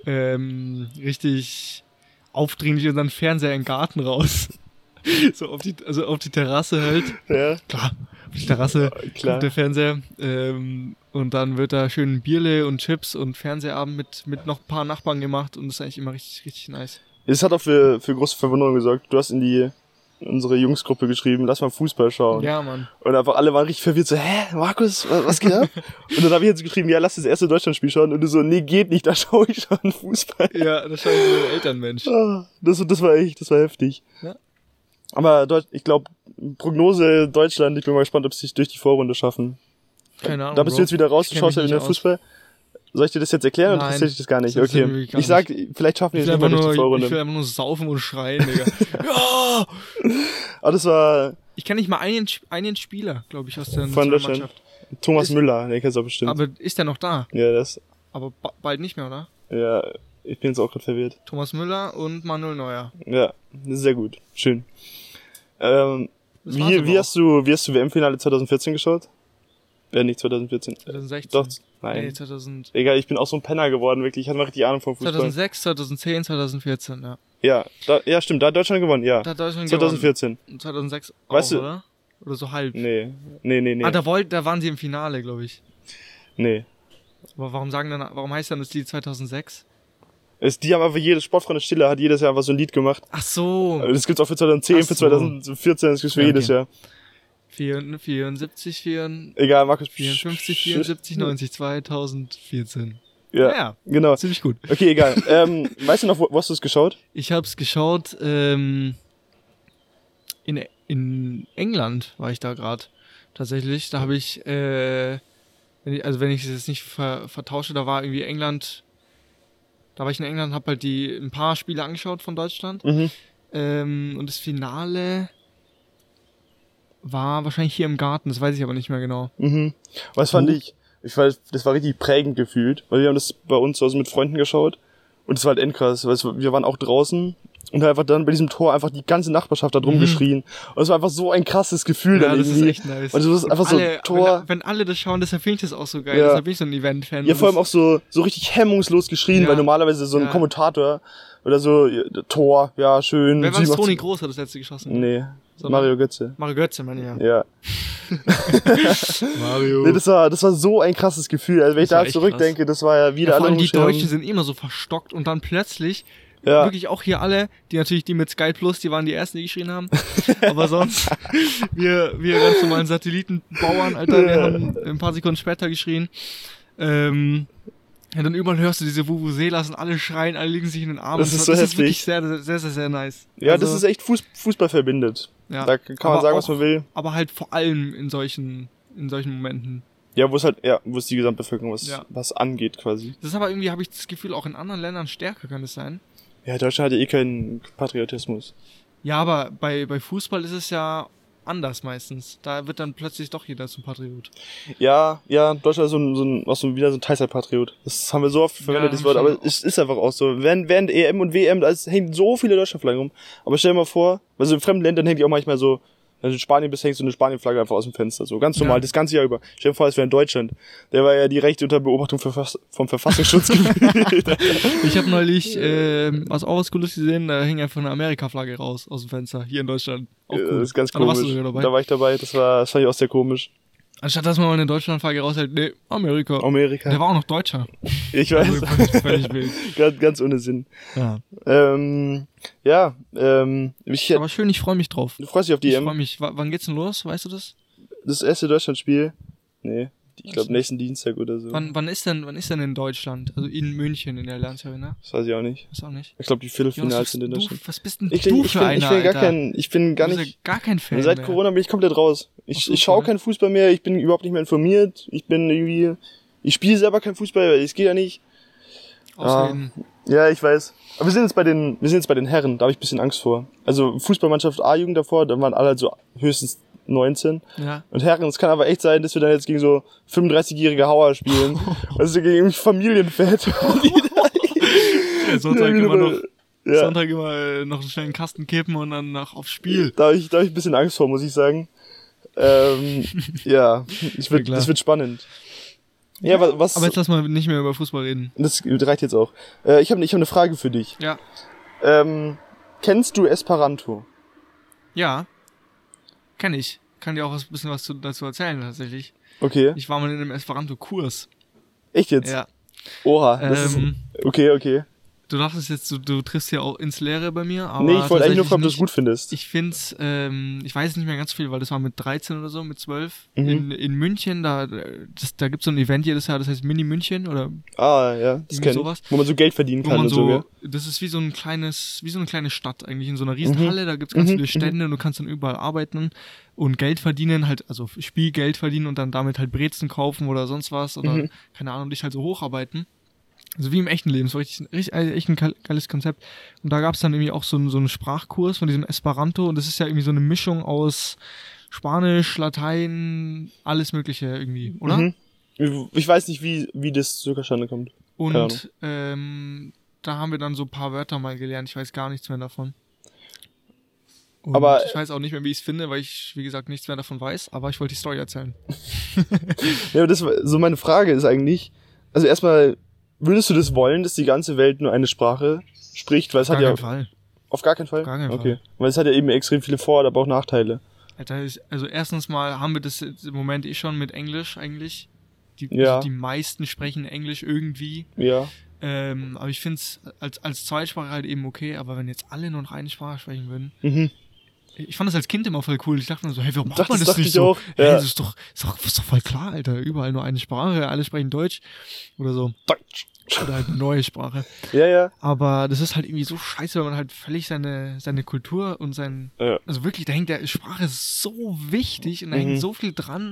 aufdringlich unseren Fernseher in den Garten raus. So auf die Terrasse halt. Ja. Klar, auf die Terrasse kommt der Fernseher. Und dann wird da schön Bierle und Chips und Fernsehabend mit noch ein paar Nachbarn gemacht und das ist eigentlich immer richtig, richtig nice. Es hat auch für große Verwunderung gesorgt. Du hast in unsere Jungsgruppe geschrieben, lass mal Fußball schauen. Ja, Mann. Und einfach alle waren richtig verwirrt, so, hä, Markus, was geht ab? Und dann habe ich jetzt geschrieben, ja, lass das erste Deutschlandspiel schauen. Und du so, nee, geht nicht, da schaue ich schon Fußball. Ja, da schaue ich so ein Elternmensch. Das war heftig. Ja. Aber ich glaube, Prognose Deutschland, ich bin mal gespannt, ob sie es durch die Vorrunde schaffen. Keine Ahnung. Da bist du jetzt wieder raus, du schaust ja wieder Fußball. Soll ich dir das jetzt erklären oder interessiert dich das gar nicht? Okay. Ich sag, vielleicht schaffen wir es nicht mal durch die Vorrunde. Ich will einfach nur saufen und schreien, Digga. Ja! Aber das war... Ich kenne nicht mal einen Spieler, glaube ich, aus der Mannschaft. Thomas Müller, den kennst du auch bestimmt. Aber ist der noch da? Ja, das... Aber bald nicht mehr, oder? Ja, ich bin jetzt auch gerade verwirrt. Thomas Müller und Manuel Neuer. Ja, das ist sehr gut. Schön. Wie hast du WM-Finale 2014 geschaut? Nicht 2014. 2016. Doch, nein. Nee, 2000. Egal, ich bin auch so ein Penner geworden, wirklich. Ich hatte mal richtig Ahnung vom Fußball. 2006, 2010, 2014, ja. Ja, stimmt, da hat Deutschland gewonnen, ja. Da hat Deutschland 2014. gewonnen. 2006 auch, weißt du, oder? Oder so halb. Nee. Da waren sie im Finale, glaube ich. Nee. Aber warum heißt dann das Lied 2006? Die haben einfach jedes Sportfreunde Stille hat jedes Jahr einfach so ein Lied gemacht. Ach so. Das gibt's auch für 2010, für 2014, das gibt's für jedes Jahr. 74, egal, Markus. 54, 74, 90, 2014. Ja, genau. Ziemlich gut. Okay, egal. Weißt du noch, wo hast du es geschaut? Ich hab's geschaut, in England war ich da gerade. Tatsächlich, da habe ich, wenn ich es jetzt nicht vertausche, da war irgendwie England, da war ich in England, hab halt ein paar Spiele angeschaut von Deutschland. Und das Finale war wahrscheinlich hier im Garten, das weiß ich aber nicht mehr genau. Was fand ich weiß, das war richtig prägend gefühlt, weil wir haben das bei uns also mit Freunden geschaut und es war halt endkrass, weil wir waren auch draußen und einfach dann bei diesem Tor einfach die ganze Nachbarschaft da drum geschrien und es war einfach so ein krasses Gefühl dann irgendwie. Das ist echt nice. Und das ist einfach so Tor. Wenn alle das schauen, deshalb finde ich das auch so geil, deshalb bin ich so ein Event-Fan. Ja, vor allem auch so richtig hemmungslos geschrien, weil normalerweise so ein Kommentator oder so, Tor, ja, schön. Wer war das? Toni Groß hat das letzte geschossen. Nee. Mario Götze. Mario Götze, meine ich, ja. Mario. Nee, das war so ein krasses Gefühl. Also wenn ich da zurückdenke, das war ja wieder alle. Vor allem die Deutschen sind immer so verstockt und dann plötzlich wirklich auch hier alle, die mit Sky Plus, die waren die ersten, die geschrien haben. Aber sonst, wir ganz normalen Satellitenbauern, Alter, wir haben ein paar Sekunden später geschrien. Ja, dann überall hörst du diese Vuvuzelas und alle schreien, alle liegen sich in den Armen. Das ist so heftig. Das ist wirklich sehr, sehr, sehr, sehr nice. Ja, also, das ist echt Fußball verbindet. Ja, da kann man sagen, was man will. Aber halt vor allem in solchen Momenten. Ja, wo es die Gesamtbevölkerung was angeht quasi. Das ist aber irgendwie, habe ich das Gefühl, auch in anderen Ländern stärker, kann es sein? Ja, Deutschland hat ja eh keinen Patriotismus. Ja, aber bei Fußball ist es ja anders meistens. Da wird dann plötzlich doch jeder zum Patriot. Ja, Deutschland ist wieder so ein Teilzeitpatriot. Das haben wir so oft verwendet, das Wort, aber es ist einfach auch so. Während EM und WM, da hängen so viele Deutschlandflaggen rum. Aber stell dir mal vor, also in fremden Ländern hängen die auch manchmal so, wenn du in Spanien bist, hängst du eine Spanienflagge einfach aus dem Fenster. So ganz normal, das ganze Jahr über. Stell dir vor, es wäre in Deutschland. Der war ja direkt unter Beobachtung vom Verfassungsschutz gewählt. Ich habe neulich was Cooles gesehen, da hing einfach eine Amerika-Flagge raus aus dem Fenster, hier in Deutschland. Auch cool. Das ist ganz komisch. Da war ich dabei, das fand ich auch sehr komisch. Anstatt dass man mal eine Deutschlandflagge raushält, nee, Amerika. Der war auch noch Deutscher. Ich weiß. Also, völlig wild. Ganz ohne Sinn. Ja. Aber schön, ich freue mich drauf. Du freust dich auf die EM? Ich freue mich. Wann geht's denn los? Weißt du das? Das erste Deutschlandspiel? Nee. Ich glaube nächsten Dienstag oder so. Wann ist denn in Deutschland? Also in München in der Allianz Arena? Das weiß ich auch nicht. Ich glaube die Viertelfinals sind in Deutschland. Was bist denn du für einer? Ich bin gar kein Fan. Seit Corona bin ich komplett raus. Ich schaue keinen Fußball mehr, ich bin überhaupt nicht mehr informiert. Ich spiele selber keinen Fußball, es geht ja nicht. Ja, ich weiß. Aber wir sind jetzt bei den Herren, da habe ich ein bisschen Angst vor. Also Fußballmannschaft A-Jugend davor, da waren alle halt so höchstens 19. Ja. Und Herren, es kann aber echt sein, dass wir dann jetzt gegen so 35-jährige Hauer spielen. Also gegen Familienväter. Sonntag immer noch schnell einen Kasten kippen und dann aufs Spiel. Da hab ich ein bisschen Angst vor, muss ich sagen. Ja, das wird spannend. Ja, was? Aber jetzt lass mal nicht mehr über Fußball reden. Das reicht jetzt auch. Ich hab eine Frage für dich. Ja. Kennst du Esperanto? Ja. Kenn ich. Kann dir auch ein bisschen was dazu erzählen, tatsächlich. Okay. Ich war mal in einem Esperanto-Kurs. Echt jetzt? Ja. Oha. Okay. Du dachtest jetzt, du triffst ja auch ins Leere bei mir, aber... Nee, ich wollte eigentlich nur fragen, ob du es gut findest. Ich find's, ich weiß nicht mehr ganz viel, weil das war mit 13 oder so, mit 12. In München, da gibt's so ein Event jedes Jahr, das heißt Mini München oder... Ah, ja, das kenn ich. Wo man so Geld verdienen kann und so, ja. Das ist wie so eine kleine Stadt eigentlich, in so einer Riesenhalle, da gibt's ganz viele Stände und du kannst dann überall arbeiten und Geld verdienen, halt, also Spielgeld verdienen und dann damit halt Brezen kaufen oder sonst was oder, keine Ahnung, dich halt so hocharbeiten. Also wie im echten Leben, so echt ein geiles Konzept. Und da gab es dann irgendwie auch so einen Sprachkurs von diesem Esperanto und das ist ja irgendwie so eine Mischung aus Spanisch, Latein, alles mögliche irgendwie, oder? Ich weiß nicht, wie das zustande kommt. Und da haben wir dann so ein paar Wörter mal gelernt, ich weiß gar nichts mehr davon. Und aber ich weiß auch nicht mehr, wie ich es finde, weil ich, wie gesagt, nichts mehr davon weiß, aber ich wollte die Story erzählen. Ja, aber so meine Frage ist eigentlich, also erstmal, würdest du das wollen, dass die ganze Welt nur eine Sprache spricht? Weil es hat ja... Auf gar keinen Fall? Auf gar keinen Fall. Okay. Weil es hat ja eben extrem viele Vor- aber auch Nachteile. Alter, also erstens mal haben wir das im Moment schon mit Englisch eigentlich. Die meisten sprechen Englisch irgendwie. Ja. Aber ich finde es als Zweitsprache halt eben okay, aber wenn jetzt alle nur noch eine Sprache sprechen würden... Ich fand das als Kind immer voll cool. Ich dachte mir so, hey, warum macht man das nicht so? Hey, das ist doch voll klar, Alter. Überall nur eine Sprache, alle sprechen Deutsch oder so. Deutsch. Oder halt eine neue Sprache. Ja. Aber das ist halt irgendwie so scheiße, weil man halt völlig seine Kultur und also wirklich, da hängt der Sprache so wichtig und da hängt so viel dran.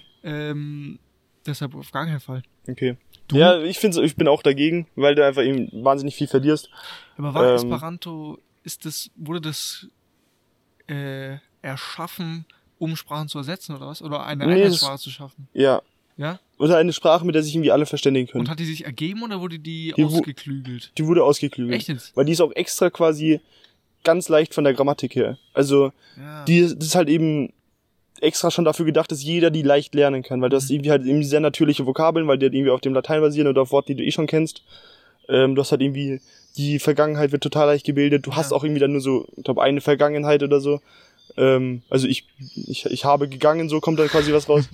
Deshalb auf gar keinen Fall. Okay. Ja, ich bin auch dagegen, weil du einfach eben wahnsinnig viel verlierst. Aber war Esperanto, wurde das erschaffen, um Sprachen zu ersetzen oder was? Oder eine Einheitssprache zu schaffen? Ja. Ja? Oder eine Sprache, mit der sich irgendwie alle verständigen können. Und hat die sich ergeben oder wurde die ausgeklügelt? Die wurde ausgeklügelt. Echt jetzt? Weil die ist auch extra quasi ganz leicht von der Grammatik her. Also, das ist halt eben extra schon dafür gedacht, dass jeder die leicht lernen kann, weil du hast irgendwie halt irgendwie sehr natürliche Vokabeln, weil die halt irgendwie auf dem Latein basieren oder auf Worten, die du schon kennst. Du hast halt irgendwie, die Vergangenheit wird total leicht gebildet. Du hast auch irgendwie dann nur so, ich glaube, eine Vergangenheit oder so. Also ich habe gegangen, so kommt dann quasi was raus.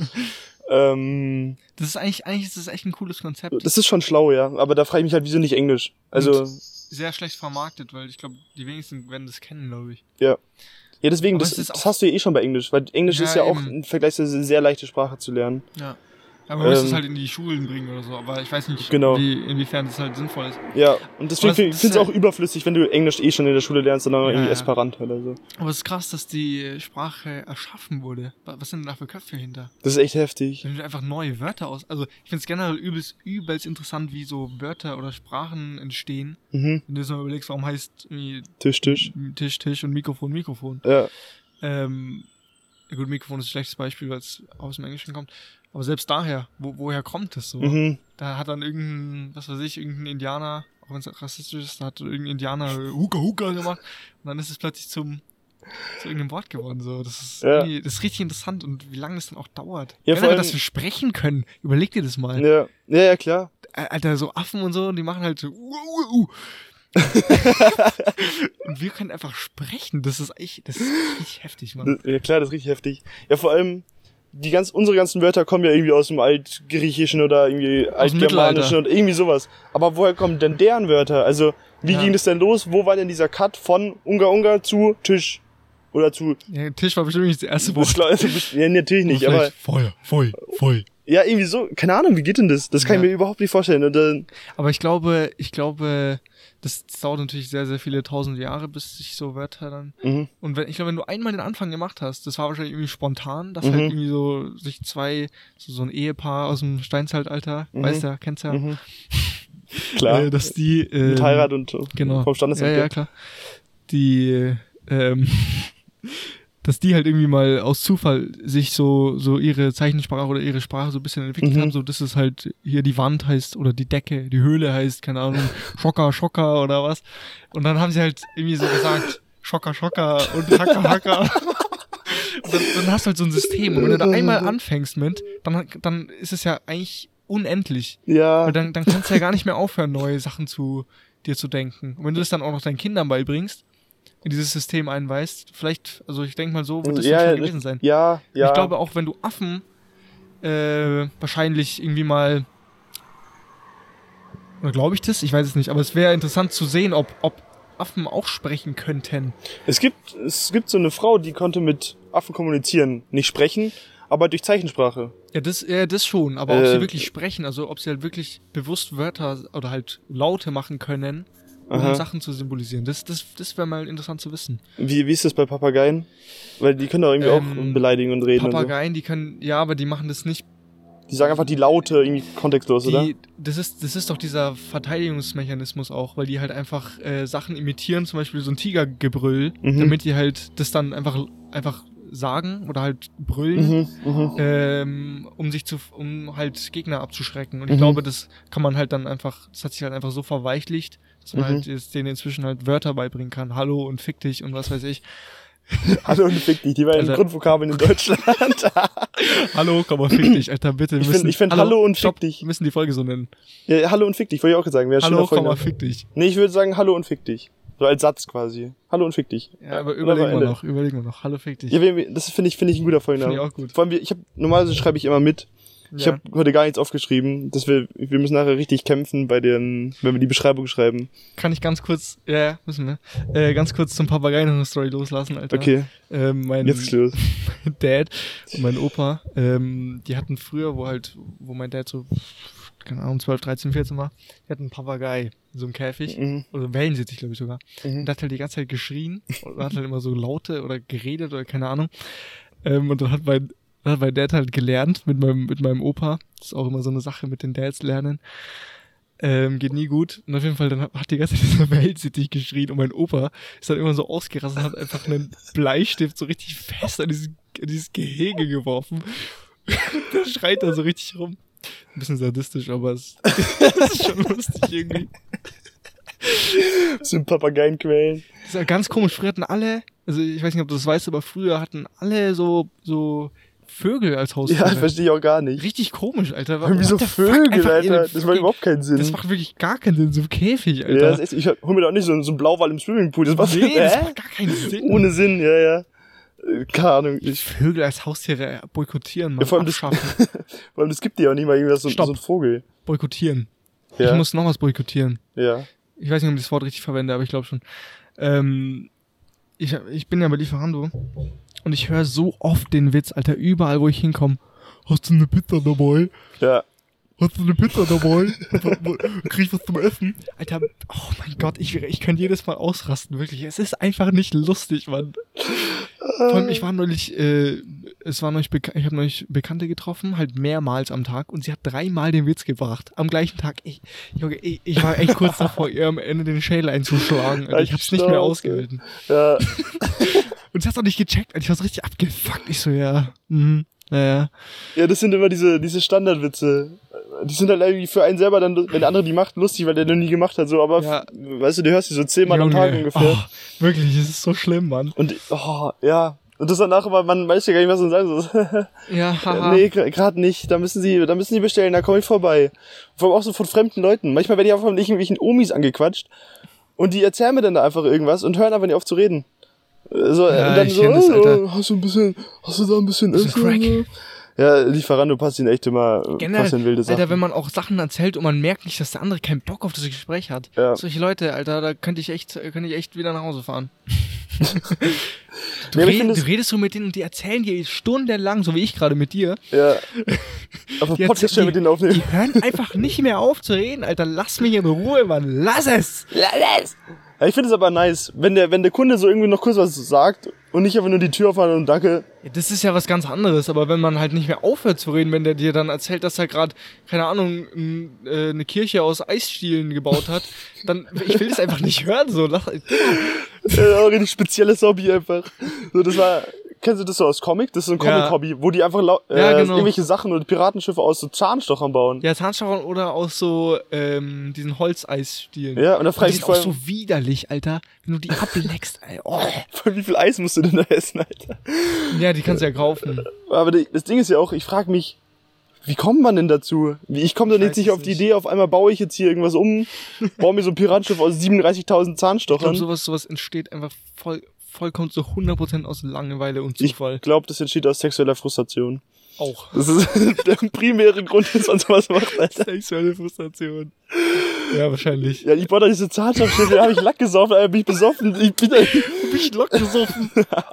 Das ist eigentlich ist das echt ein cooles Konzept. Das ist schon schlau, ja. Aber da frage ich mich halt, wieso nicht Englisch? Also. Und sehr schlecht vermarktet, weil ich glaube, die wenigsten werden das kennen, glaube ich. Ja. Ja, deswegen, das hast du ja eh schon bei Englisch, weil Englisch ist ja auch im Vergleich zu eine sehr leichte Sprache zu lernen. Ja. Aber man muss es halt in die Schulen bringen oder so, aber ich weiß nicht, genau. inwiefern das halt sinnvoll ist. Ja, und deswegen finde ich es auch überflüssig, wenn du Englisch schon in der Schule lernst, sondern irgendwie Esperanto oder so. Aber es ist krass, dass die Sprache erschaffen wurde. Was sind denn da für Köpfe hinter? Das ist echt heftig. Wenn du einfach neue Wörter also ich finde es generell übelst interessant, wie so Wörter oder Sprachen entstehen. Wenn du jetzt mal überlegst, warum heißt Tisch und Mikrofon. Ja. Gut, Mikrofon ist ein schlechtes Beispiel, weil es aus dem Englischen kommt. Aber selbst daher, woher kommt das so? Da hat dann irgendein Indianer, auch wenn es rassistisch ist, da hat irgendein Indianer Huka gemacht und dann ist es plötzlich zu irgendeinem Wort geworden. So. Das ist richtig interessant und wie lange das dann auch dauert. Ja, Wenn wir das sprechen können, überleg dir das mal. Ja, klar. Alter, so Affen und so, die machen halt so und wir können einfach sprechen. Das ist richtig heftig, Mann. Ja klar, das ist richtig heftig. Ja, vor allem unsere ganzen Wörter kommen ja irgendwie aus dem Altgriechischen oder irgendwie Altgermanischen und irgendwie sowas. Aber woher kommen denn deren Wörter? Also, wie ging das denn los? Wo war denn dieser Cut von Ungar zu Tisch? Oder zu... Ja, Tisch war bestimmt nicht das erste Wort. Ja, natürlich nicht, aber... Feuer. Ja, irgendwie so. Keine Ahnung, wie geht denn das? Das kann ich mir überhaupt nicht vorstellen. Und dann, aber ich glaube, das dauert natürlich sehr, sehr viele tausend Jahre, bis sich so Wörter dann... Und wenn du einmal den Anfang gemacht hast, das war wahrscheinlich irgendwie spontan, dass halt irgendwie so sich so ein Ehepaar aus dem Steinzeitalter, weißt du, kennst ja. Klar. Dass die... mit Heirat und genau. vom Standesamt. Ja, klar. Die... dass die halt irgendwie mal aus Zufall sich so ihre Zeichensprache oder ihre Sprache so ein bisschen entwickelt haben, so dass es halt hier die Wand heißt oder die Decke, die Höhle heißt, keine Ahnung, Schocker oder was. Und dann haben sie halt irgendwie so gesagt, Schocker und Hacker. Und dann hast du halt so ein System. Und wenn du da einmal anfängst dann ist es ja eigentlich unendlich. Ja. Weil dann kannst du ja gar nicht mehr aufhören, neue Sachen dir zu denken. Und wenn du das dann auch noch deinen Kindern beibringst, in dieses System einweist. Vielleicht, also ich denke mal, so wird das schon gewesen sein. Ja. Ich glaube auch, wenn du Affen wahrscheinlich irgendwie mal, oder glaube ich das? Ich weiß es nicht, aber es wäre interessant zu sehen, ob Affen auch sprechen könnten. Es gibt so eine Frau, die konnte mit Affen kommunizieren. Nicht sprechen, aber durch Zeichensprache. Ja, das schon, aber ob sie wirklich sprechen, also ob sie halt wirklich bewusst Wörter oder halt Laute machen können, um Sachen zu symbolisieren. Das wäre mal interessant zu wissen. Wie ist das bei Papageien? Weil die können doch irgendwie auch beleidigen und reden. Papageien, und so. Die können, ja, aber die machen das nicht. Die sagen einfach die Laute irgendwie kontextlos, oder? Das ist doch dieser Verteidigungsmechanismus auch, weil die halt einfach Sachen imitieren, zum Beispiel so ein Tigergebrüll, damit die halt das dann einfach sagen oder halt brüllen, um halt Gegner abzuschrecken. Und ich glaube, das kann man halt dann einfach, das hat sich halt einfach so verweichlicht, dass man halt denen inzwischen halt Wörter beibringen kann. Hallo und fick dich und was weiß ich. Hallo und fick dich, die waren Grundvokabeln in Deutschland. Hallo, komm mal, fick dich, Alter, bitte. Ich find Hallo und fick dich. Wir müssen die Folge so nennen. Ja, Hallo und fick dich, wollte ich auch sagen. Hallo, komm mal, fick dich. Nee, ich würde sagen Hallo und fick dich. So als Satz quasi. Hallo und fick dich. Ja, aber überlegen wir noch. Hallo, fick dich. Ja, das finde ich ein guter Folgenname. Finde ich auch gut. Vor allem, normalerweise schreibe ich immer mit. Ich habe heute gar nichts aufgeschrieben. Wir müssen nachher richtig kämpfen wenn wir die Beschreibung schreiben. Kann ich ganz kurz, müssen wir, ganz kurz zum Papageien eine Story loslassen, Alter. Okay. Jetzt ist los. Mein Dad und mein Opa, die hatten früher, wo mein Dad so, keine Ahnung, 12, 13, 14 war, die hatten einen Papagei in so einem Käfig, oder Wellensittich, glaube ich sogar. Und der hat halt die ganze Zeit geschrien, oder hat halt immer so Laute oder geredet oder keine Ahnung. Und dann hat mein Dad halt gelernt mit meinem Opa. Das ist auch immer so eine Sache mit den Dads lernen. Geht nie gut. Und auf jeden Fall, dann hat die ganze Zeit dieser Wellensittich geschrien und mein Opa ist dann immer so ausgerastet und hat einfach einen Bleistift so richtig fest an dieses Gehege geworfen. Der schreit da so richtig rum. Ein bisschen sadistisch, aber es ist schon lustig irgendwie. Das sind Papageienquellen. Das ist ja ganz komisch. Früher hatten alle, also ich weiß nicht, ob du das weißt, aber früher hatten alle so Vögel als Haustiere. Ja, verstehe ich auch gar nicht. Richtig komisch, Alter. Irgendwie so Vögel, Alter. Das macht überhaupt keinen Sinn. Das macht wirklich gar keinen Sinn, so ein Käfig, Alter. Ja, das ist echt, ich hol mir doch nicht so einen Blauwal im Swimmingpool. Das macht das macht gar keinen Sinn. Ohne Sinn, ja. Keine Ahnung. Vögel als Haustiere boykottieren, ja, vor allem das gibt dir ja auch nicht mal irgendwas so ein Vogel. Boykottieren. Ja. Ich muss noch was boykottieren. Ja. Ich weiß nicht, ob ich das Wort richtig verwende, aber ich glaube schon. Ich bin ja bei Lieferando und ich höre so oft den Witz, Alter, überall, wo ich hinkomme. hast du eine Pizza dabei? Ja. Hast du eine Pizza dabei? Krieg ich was zum Essen? Alter, oh mein Gott, ich könnte jedes Mal ausrasten, wirklich. Es ist einfach nicht lustig, Mann. Vor allem, ich habe neulich Bekannte getroffen, halt mehrmals am Tag, und sie hat 3-mal den Witz gebracht. Am gleichen Tag. Ich war echt kurz davor, ihr am Ende den Schädel einzuschlagen. Alter. Ich hab's nicht mehr ausgehalten. Ja. Und sie hat's auch nicht gecheckt, Alter. Ich war so richtig abgefuckt. Ich so, ja, naja. Ja, das sind immer diese Standardwitze. Die sind halt irgendwie für einen selber dann, wenn der andere die macht, lustig, weil der noch nie gemacht hat, so, aber, ja. Weißt du, du hörst die so 10-mal am Tag ungefähr. Oh, wirklich, es ist so schlimm, Mann. Und, ja. Und das danach immer, man weiß ja gar nicht, was man sagen soll. Ja, haha. Nee, gerade nicht. Da müssen sie bestellen, da komme ich vorbei. Vor allem auch so von fremden Leuten. Manchmal werde ich auch von irgendwelchen Omis angequatscht und die erzählen mir dann da einfach irgendwas und hören einfach nicht auf zu reden. So, ja, und dann ich so, kenn das, Alter. hast du da ein bisschen Essen? Crack. Ja, Lieferando passt ihnen echt immer Generell, wilde Sachen. Alter, wenn man auch Sachen erzählt und man merkt nicht, dass der andere keinen Bock auf das Gespräch hat. Ja. Solche Leute, Alter, da könnte ich echt wieder nach Hause fahren. Du redest so mit denen und die erzählen dir stundenlang, so wie ich gerade mit dir. Ja. Aber Podcast mit denen aufnehmen. Die hören einfach nicht mehr auf zu reden, Alter. Lass mich in Ruhe, Mann. Lass es! Ja, ich finde es aber nice, wenn der Kunde so irgendwie noch kurz was sagt und nicht einfach nur die Tür aufmachen und danke. Ja, das ist ja was ganz anderes, aber wenn man halt nicht mehr aufhört zu reden, wenn der dir dann erzählt, dass er gerade, keine Ahnung, eine Kirche aus Eisstielen gebaut hat, dann, ich will das einfach nicht hören, so. Ja, auch ein richtig spezielles Hobby einfach. So, kennst du das so aus Comic? Das ist so ein Comic-Hobby, wo die einfach genau. Irgendwelche Sachen und Piratenschiffe aus so Zahnstochern bauen. Ja, Zahnstochern oder aus so diesen Holzeisstielen. Ja, und da frage ich mich auch so widerlich, Alter, wenn du die ableckst, ey. Oh. Wie viel Eis musst du denn da essen, Alter? Ja, die kannst du ja kaufen. Aber das Ding ist ja auch, ich frage mich, wie kommt man denn dazu? Ich komme dann jetzt nicht auf die Idee, auf einmal baue ich jetzt hier irgendwas um, baue mir so ein Piratenschiff aus 37.000 Zahnstochern. Ich glaube, sowas entsteht einfach vollkommen zu 100% aus Langeweile und Zufall. Ich glaube, das entsteht aus sexueller Frustration. Auch. Das ist der primäre Grund, dass man sowas macht, Alter. Sexuelle Frustration. Ja, wahrscheinlich. Ja, ich baue da diese Zahnstochschiffe, da habe ich Lack gesaufen, Alter, bin ich besoffen. Ich bin Lack gesoffen.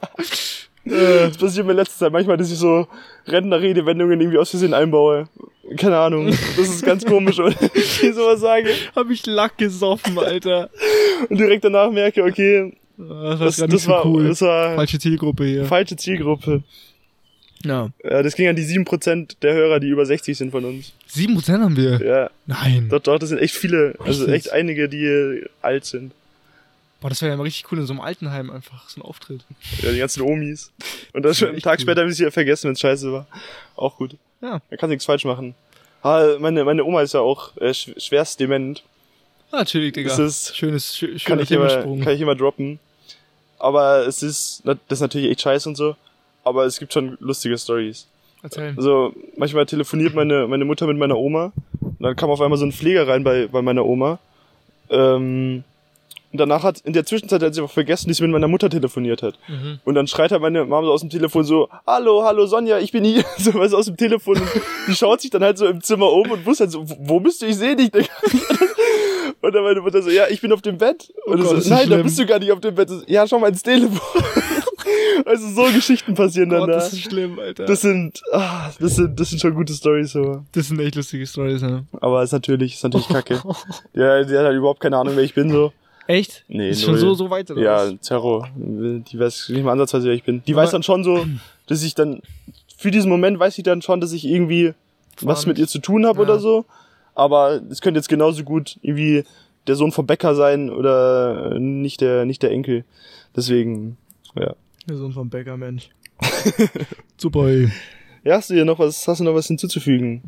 Das passiert mir in letzter Zeit manchmal, dass ich so Rentner-Redewendungen irgendwie aus Versehen einbaue. Keine Ahnung, das ist ganz komisch, oder? Ich sowas sage. Hab ich Lack gesoffen, Alter. Und direkt danach merke, okay, das war cool. Das war falsche Zielgruppe hier. Falsche Zielgruppe. Ja. Das ging an die 7% der Hörer, die über 60 sind von uns. 7% haben wir? Ja. Nein. Doch, das sind echt viele. Also echt einige, die alt sind. Boah, das wäre ja mal richtig cool in so einem Altenheim einfach, so ein Auftritt. Ja, die ganzen Omis. Und dann schon einen Tag später haben sie ja vergessen, wenn es scheiße war. Auch gut. Ja. Da kannst du nichts falsch machen. Meine Oma ist ja auch schwerst dement. Ah, chillig, Digga. Das ist, schöner kann ich immer droppen. Aber das ist natürlich echt scheiße und so. Aber es gibt schon lustige Stories. Erzähl. Also, manchmal telefoniert meine Mutter mit meiner Oma. Und dann kam auf einmal so ein Pfleger rein bei meiner Oma. Und danach in der Zwischenzeit hat sie einfach vergessen, dass sie mit meiner Mutter telefoniert hat. Mhm. Und dann schreit halt meine Mama so aus dem Telefon so, hallo Sonja, ich bin hier. So was aus dem Telefon. Und die schaut sich dann halt so im Zimmer um und wusste halt so, wo bist du? Ich sehe dich. Und dann meine Mutter so, ja, ich bin auf dem Bett. Und Gott, so, nein, da bist du gar nicht auf dem Bett. So, ja, schau mal ins Telefon. Also so Geschichten passieren dann da. Das ist schlimm, Alter. Das sind schon gute Storys, so. Das sind echt lustige Storys, ne? Aber ist natürlich kacke. Ja, die hat halt überhaupt keine Ahnung, wer ich bin, so. Echt? Nee, ist schon so weit, oder ja, was? Terror. Die weiß nicht mal ansatzweise, wer ich bin. Die weiß dann schon so, dass ich dann, für diesen Moment weiß ich dann schon, dass ich irgendwie was mit ihr zu tun habe oder so. Aber es könnte jetzt genauso gut irgendwie der Sohn vom Bäcker sein oder nicht der Enkel. Deswegen, ja. Der Sohn vom Bäcker, Mensch. Super, ey. Ja, hast du noch was hinzuzufügen?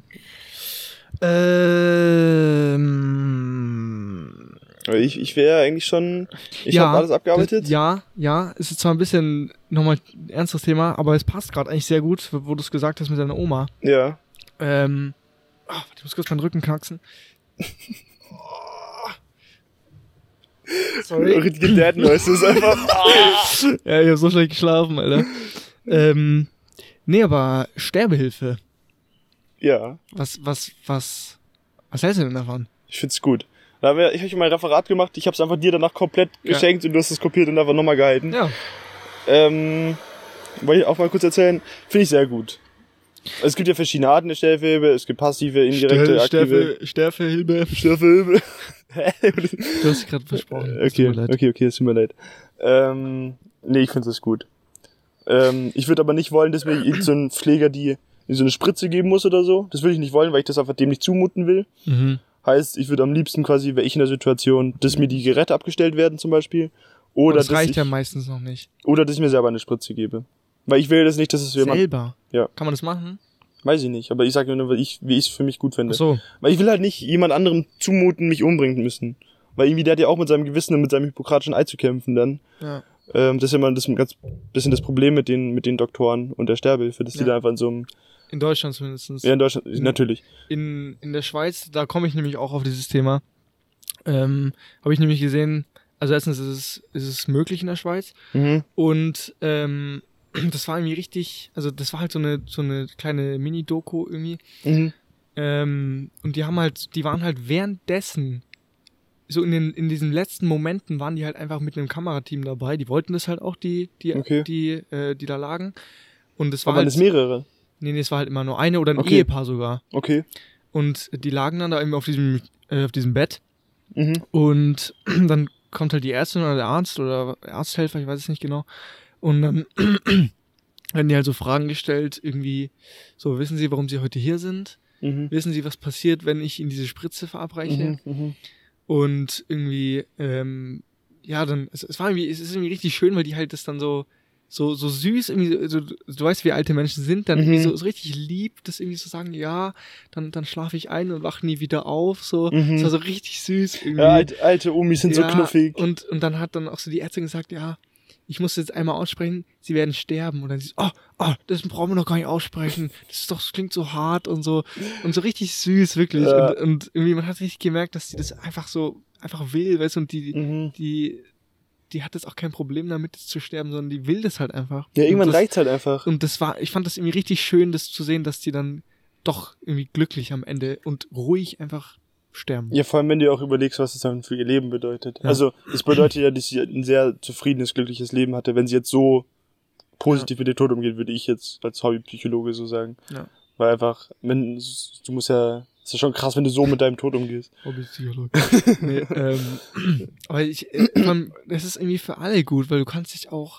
Ich wäre eigentlich schon, ich habe alles abgearbeitet. Ja, es ist zwar ein bisschen nochmal ein ernstes Thema, aber es passt gerade eigentlich sehr gut, wo du es gesagt hast mit deiner Oma. Ja. Ich muss kurz meinen Rücken knacksen. Sorry. Richtige Dad-Noise ist einfach. Ja, ich hab so schlecht geschlafen, Alter. Nee, aber Sterbehilfe. Ja. Was hältst du denn davon? Ich find's gut. Ich habe mein Referat gemacht, ich hab's einfach dir danach komplett geschenkt und du hast es kopiert und einfach nochmal gehalten. Ja. Wollte ich auch mal kurz erzählen, finde ich sehr gut. Es gibt ja verschiedene Arten der Sterbehilfe. Es gibt passive, indirekte, aktive. Sterbehilfe. Hä? Du hast dich gerade versprochen. Okay, es tut mir leid. Nee, ich finde das gut. Ich würde aber nicht wollen, dass mir so ein Pfleger die so eine Spritze geben muss oder so. Das würde ich nicht wollen, weil ich das einfach dem nicht zumuten will. Mhm. Heißt, ich würde am liebsten quasi, wäre ich in der Situation, dass mir die Geräte abgestellt werden zum Beispiel. Oder das reicht ja meistens noch nicht. Oder dass ich mir selber eine Spritze gebe. Weil ich will das nicht, dass es jemand... Selber? Ja. Kann man das machen? Weiß ich nicht, aber ich sage nur, wie ich es für mich gut finde. Ach so. Weil ich will halt nicht jemand anderem zumuten, mich umbringen müssen. Weil irgendwie der hat ja auch mit seinem Gewissen und mit seinem hippokratischen Eid zu kämpfen dann. Ja. Das ist ja mal ein ganz bisschen das Problem mit den Doktoren und der Sterbehilfe, dass die da einfach in so einem... In Deutschland zumindest. Ja, in Deutschland, natürlich. In der Schweiz, da komme ich nämlich auch auf dieses Thema. Habe ich nämlich gesehen, also erstens ist es möglich in der Schweiz. Mhm. Und das war irgendwie richtig, also das war halt so eine kleine Mini-Doku irgendwie. Mhm. Und die waren halt währenddessen, so in diesen letzten Momenten waren die halt einfach mit einem Kamerateam dabei. Die wollten das halt auch, die da lagen. Und es war aber halt, es mehrere? Nee, es war halt immer nur eine oder ein Ehepaar sogar. Okay. Und die lagen dann da eben auf diesem Bett. Mhm. Und dann kommt halt die Ärztin oder der Arzt oder Arzthelfer, ich weiß es nicht genau. Und dann werden die halt so Fragen gestellt, irgendwie so, wissen Sie, warum Sie heute hier sind? Mhm. Wissen Sie, was passiert, wenn ich Ihnen diese Spritze verabreiche? Mhm. Und irgendwie, dann, es ist irgendwie richtig schön, weil die halt das dann so süß, irgendwie, so, du weißt, wie alte Menschen sind, dann irgendwie so richtig lieb, das irgendwie so sagen, ja, dann schlafe ich ein und wache nie wieder auf, so. Das war so richtig süß irgendwie. Ja, alte Omis sind so knuffig. Und dann hat dann auch so die Ärztin gesagt, ja, ich muss jetzt einmal aussprechen, sie werden sterben. Und dann sie so, das brauchen wir noch gar nicht aussprechen. Das klingt so hart und so richtig süß, wirklich. Ja. Und irgendwie, man hat richtig gemerkt, dass sie das einfach will, weißt du, und die hat jetzt auch kein Problem damit, zu sterben, sondern die will das halt einfach. Ja, irgendwann reicht's halt einfach. Und ich fand das irgendwie richtig schön, das zu sehen, dass die dann doch irgendwie glücklich am Ende und ruhig einfach sterben. Ja, vor allem, wenn du auch überlegst, was es dann für ihr Leben bedeutet. Ja. Also, es bedeutet ja, dass sie ein sehr zufriedenes, glückliches Leben hatte, wenn sie jetzt so positiv mit dem Tod umgeht, würde ich jetzt als Hobbypsychologe so sagen. Ja. Weil einfach, ist ja schon krass, wenn du so mit deinem Tod umgehst. Hobbypsychologe. Nee, aber das ist irgendwie für alle gut, weil du kannst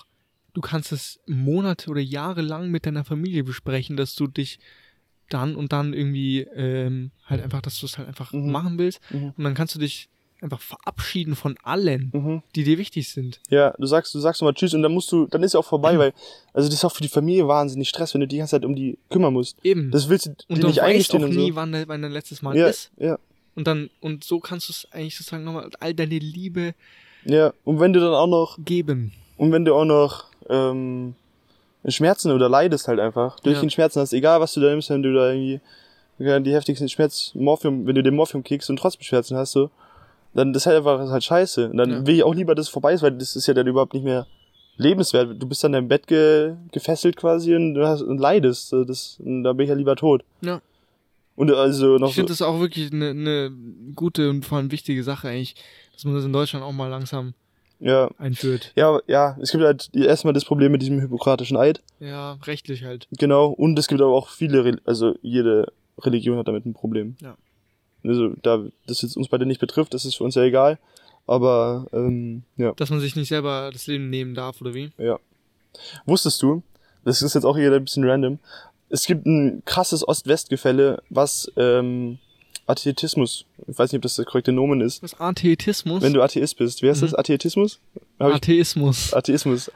es Monate oder Jahre lang mit deiner Familie besprechen, dass du dich dann und dann irgendwie halt einfach, dass du es halt einfach machen willst. Und dann kannst du dich einfach verabschieden von allen, die dir wichtig sind. Ja, du sagst nochmal Tschüss und dann ist ja auch vorbei, weil, also das ist auch für die Familie wahnsinnig Stress, wenn du die ganze Zeit um die kümmern musst. Eben. Das willst du und dir nicht eingestehen und und nie, so. wann dein letztes Mal ist. Ja. Und so kannst du es eigentlich sozusagen nochmal all deine Liebe und wenn du dann auch noch geben. Und wenn du auch noch Schmerzen oder leidest halt einfach, durch den Schmerzen hast, egal was du da nimmst, wenn du da irgendwie die heftigsten Morphium, wenn du den Morphium kickst und trotzdem Schmerzen hast, so, dann das ist halt scheiße. Und dann will ich auch lieber, dass es vorbei ist, weil das ist ja dann überhaupt nicht mehr lebenswert. Du bist dann in deinem Bett gefesselt quasi und leidest. Und da bin ich ja lieber tot. Ja. Und also noch ich finde das auch wirklich eine gute und vor allem wichtige Sache eigentlich, dass man das in Deutschland auch mal langsam einführt. Ja, es gibt halt erstmal das Problem mit diesem hippokratischen Eid. Ja, rechtlich halt. Genau, und es gibt aber auch jede Religion hat damit ein Problem. Ja. Also, da das jetzt uns beide nicht betrifft, das ist für uns ja egal. Aber, Dass man sich nicht selber das Leben nehmen darf, oder wie? Ja. Wusstest du, das ist jetzt auch hier ein bisschen random, es gibt ein krasses Ost-West-Gefälle, was, Atheismus, ich weiß nicht, ob das der korrekte Nomen ist. Was, Atheismus? Wenn du Atheist bist. Wie heißt das? Atheismus? Atheismus. Atheismus.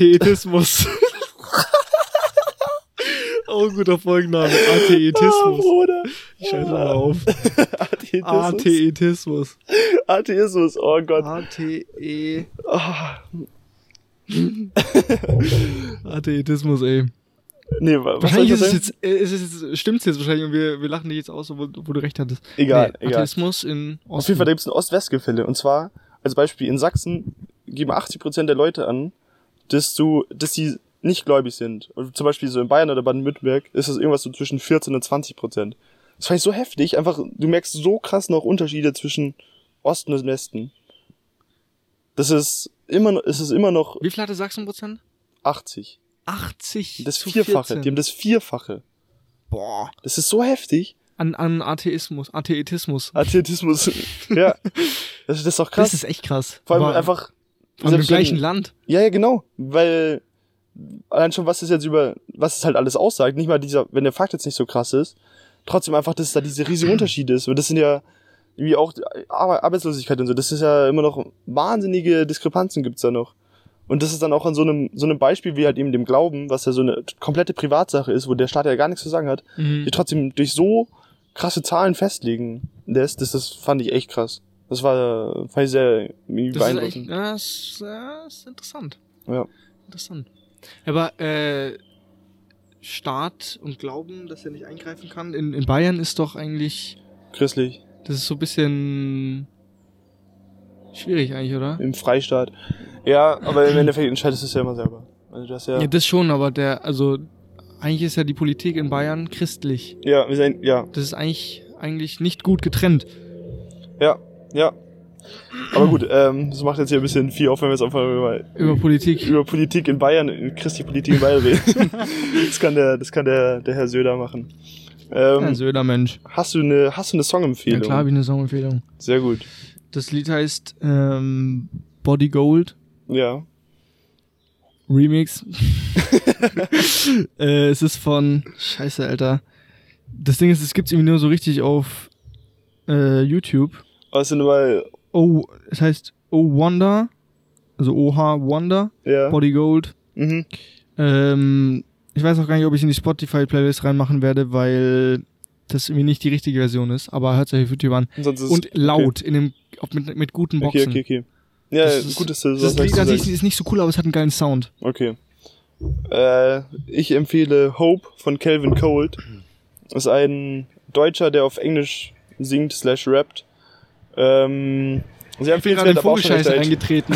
Oh, guter Folgenname. Atheismus. Bruder. Ich scheiße mal auf. Atheismus. Atheismus, oh Gott. Atheismus, ey. Nee, was wahrscheinlich stimmt's jetzt wahrscheinlich und wir lachen dich jetzt aus, wo du recht hattest. Egal. Atheismus in Osten. Auf jeden Fall gibt's ein Ost-West-Gefälle. Und zwar, als Beispiel, in Sachsen geben 80% der Leute an, dass sie nicht gläubig sind. Und zum Beispiel so in Bayern oder Baden-Württemberg ist das irgendwas so zwischen 14 und 20%. Das fand ich so heftig. Einfach, du merkst so krass noch Unterschiede zwischen Osten und Westen. Es ist immer noch... Wie viel hatte Sachsen Prozent? 80. 80 Das Vierfache. 14. Die haben das Vierfache. Boah. Das ist so heftig. An Atheismus. Atheismus, ja. Das ist doch krass. Das ist echt krass. Vor allem einfach... Im gleichen Land. Ja, genau. Weil allein schon, was es halt alles aussagt, nicht mal wenn der Fakt jetzt nicht so krass ist, trotzdem einfach, dass es da diese riesigen Unterschiede ist. Und das sind ja wie auch Arbeitslosigkeit und so, das ist ja immer noch wahnsinnige Diskrepanzen gibt's da noch. Und das ist dann auch an so einem Beispiel wie halt eben dem Glauben, was ja so eine komplette Privatsache ist, wo der Staat ja gar nichts zu sagen hat, die trotzdem durch so krasse Zahlen festlegen lässt, das fand ich echt krass. Fand ich sehr beeindruckend. Das ist interessant. Ja. Interessant. Aber Staat und Glauben, dass er nicht eingreifen kann, in Bayern ist doch eigentlich... Christlich. Das ist so ein bisschen schwierig eigentlich, oder? Im Freistaat. Ja, aber im Endeffekt entscheidest du es ja immer selber. Also das ja das schon, aber eigentlich ist ja die Politik in Bayern christlich. Ja, Das ist eigentlich nicht gut getrennt. Ja. Aber gut, das macht jetzt hier ein bisschen viel auf, wenn wir jetzt einfach über Politik in Bayern, christliche Politik in Bayern reden. Das kann der Herr Söder machen. Herr Söder, Mensch. Hast du eine Songempfehlung? Ja klar, habe ich eine Songempfehlung. Sehr gut. Das Lied heißt Body Gold. Ja. Remix. Es ist von... Scheiße, Alter. Das Ding ist, es gibt's irgendwie nur so richtig auf YouTube. Was sind mal... Es heißt Oh Wonder. Also OH Wonder. Ja. Body Gold. Mhm. Ich weiß auch gar nicht, ob ich in die Spotify-Playlist reinmachen werde, weil das irgendwie nicht die richtige Version ist. Aber hört sich auf YouTube an. Und laut, okay. Mit guten Boxen. Okay. Ja, gut, dass du das Lied ist nicht so cool, aber es hat einen geilen Sound. Okay. Ich empfehle Hope von Calvin Cold. Das ist ein Deutscher, der auf Englisch singt / rappt. Sehr empfehlenswert, aber auch schon recht eingetreten.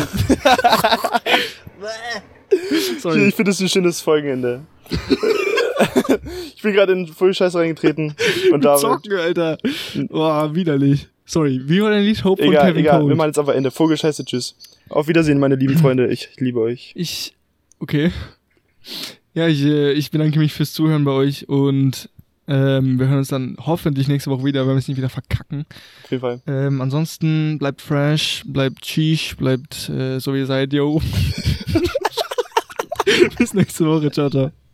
Sorry. Ich finde das ein schönes Folgenende. Ich bin gerade in Vogelscheiße reingetreten. Und damit... Zocken, Alter. Boah, widerlich. Sorry, wie war dein Lied? Hope von Kevin Egal, Cold. wir machen jetzt einfach Ende. Vogelscheiße, tschüss. Auf Wiedersehen, meine lieben Freunde. Ich liebe euch. Okay. Ja, ich bedanke mich fürs Zuhören bei euch und wir hören uns dann hoffentlich nächste Woche wieder, wenn wir es nicht wieder verkacken. Auf jeden Fall. Ansonsten bleibt fresh, bleibt cheesh, bleibt so wie ihr seid, yo. Bis nächste Woche, ciao, ciao.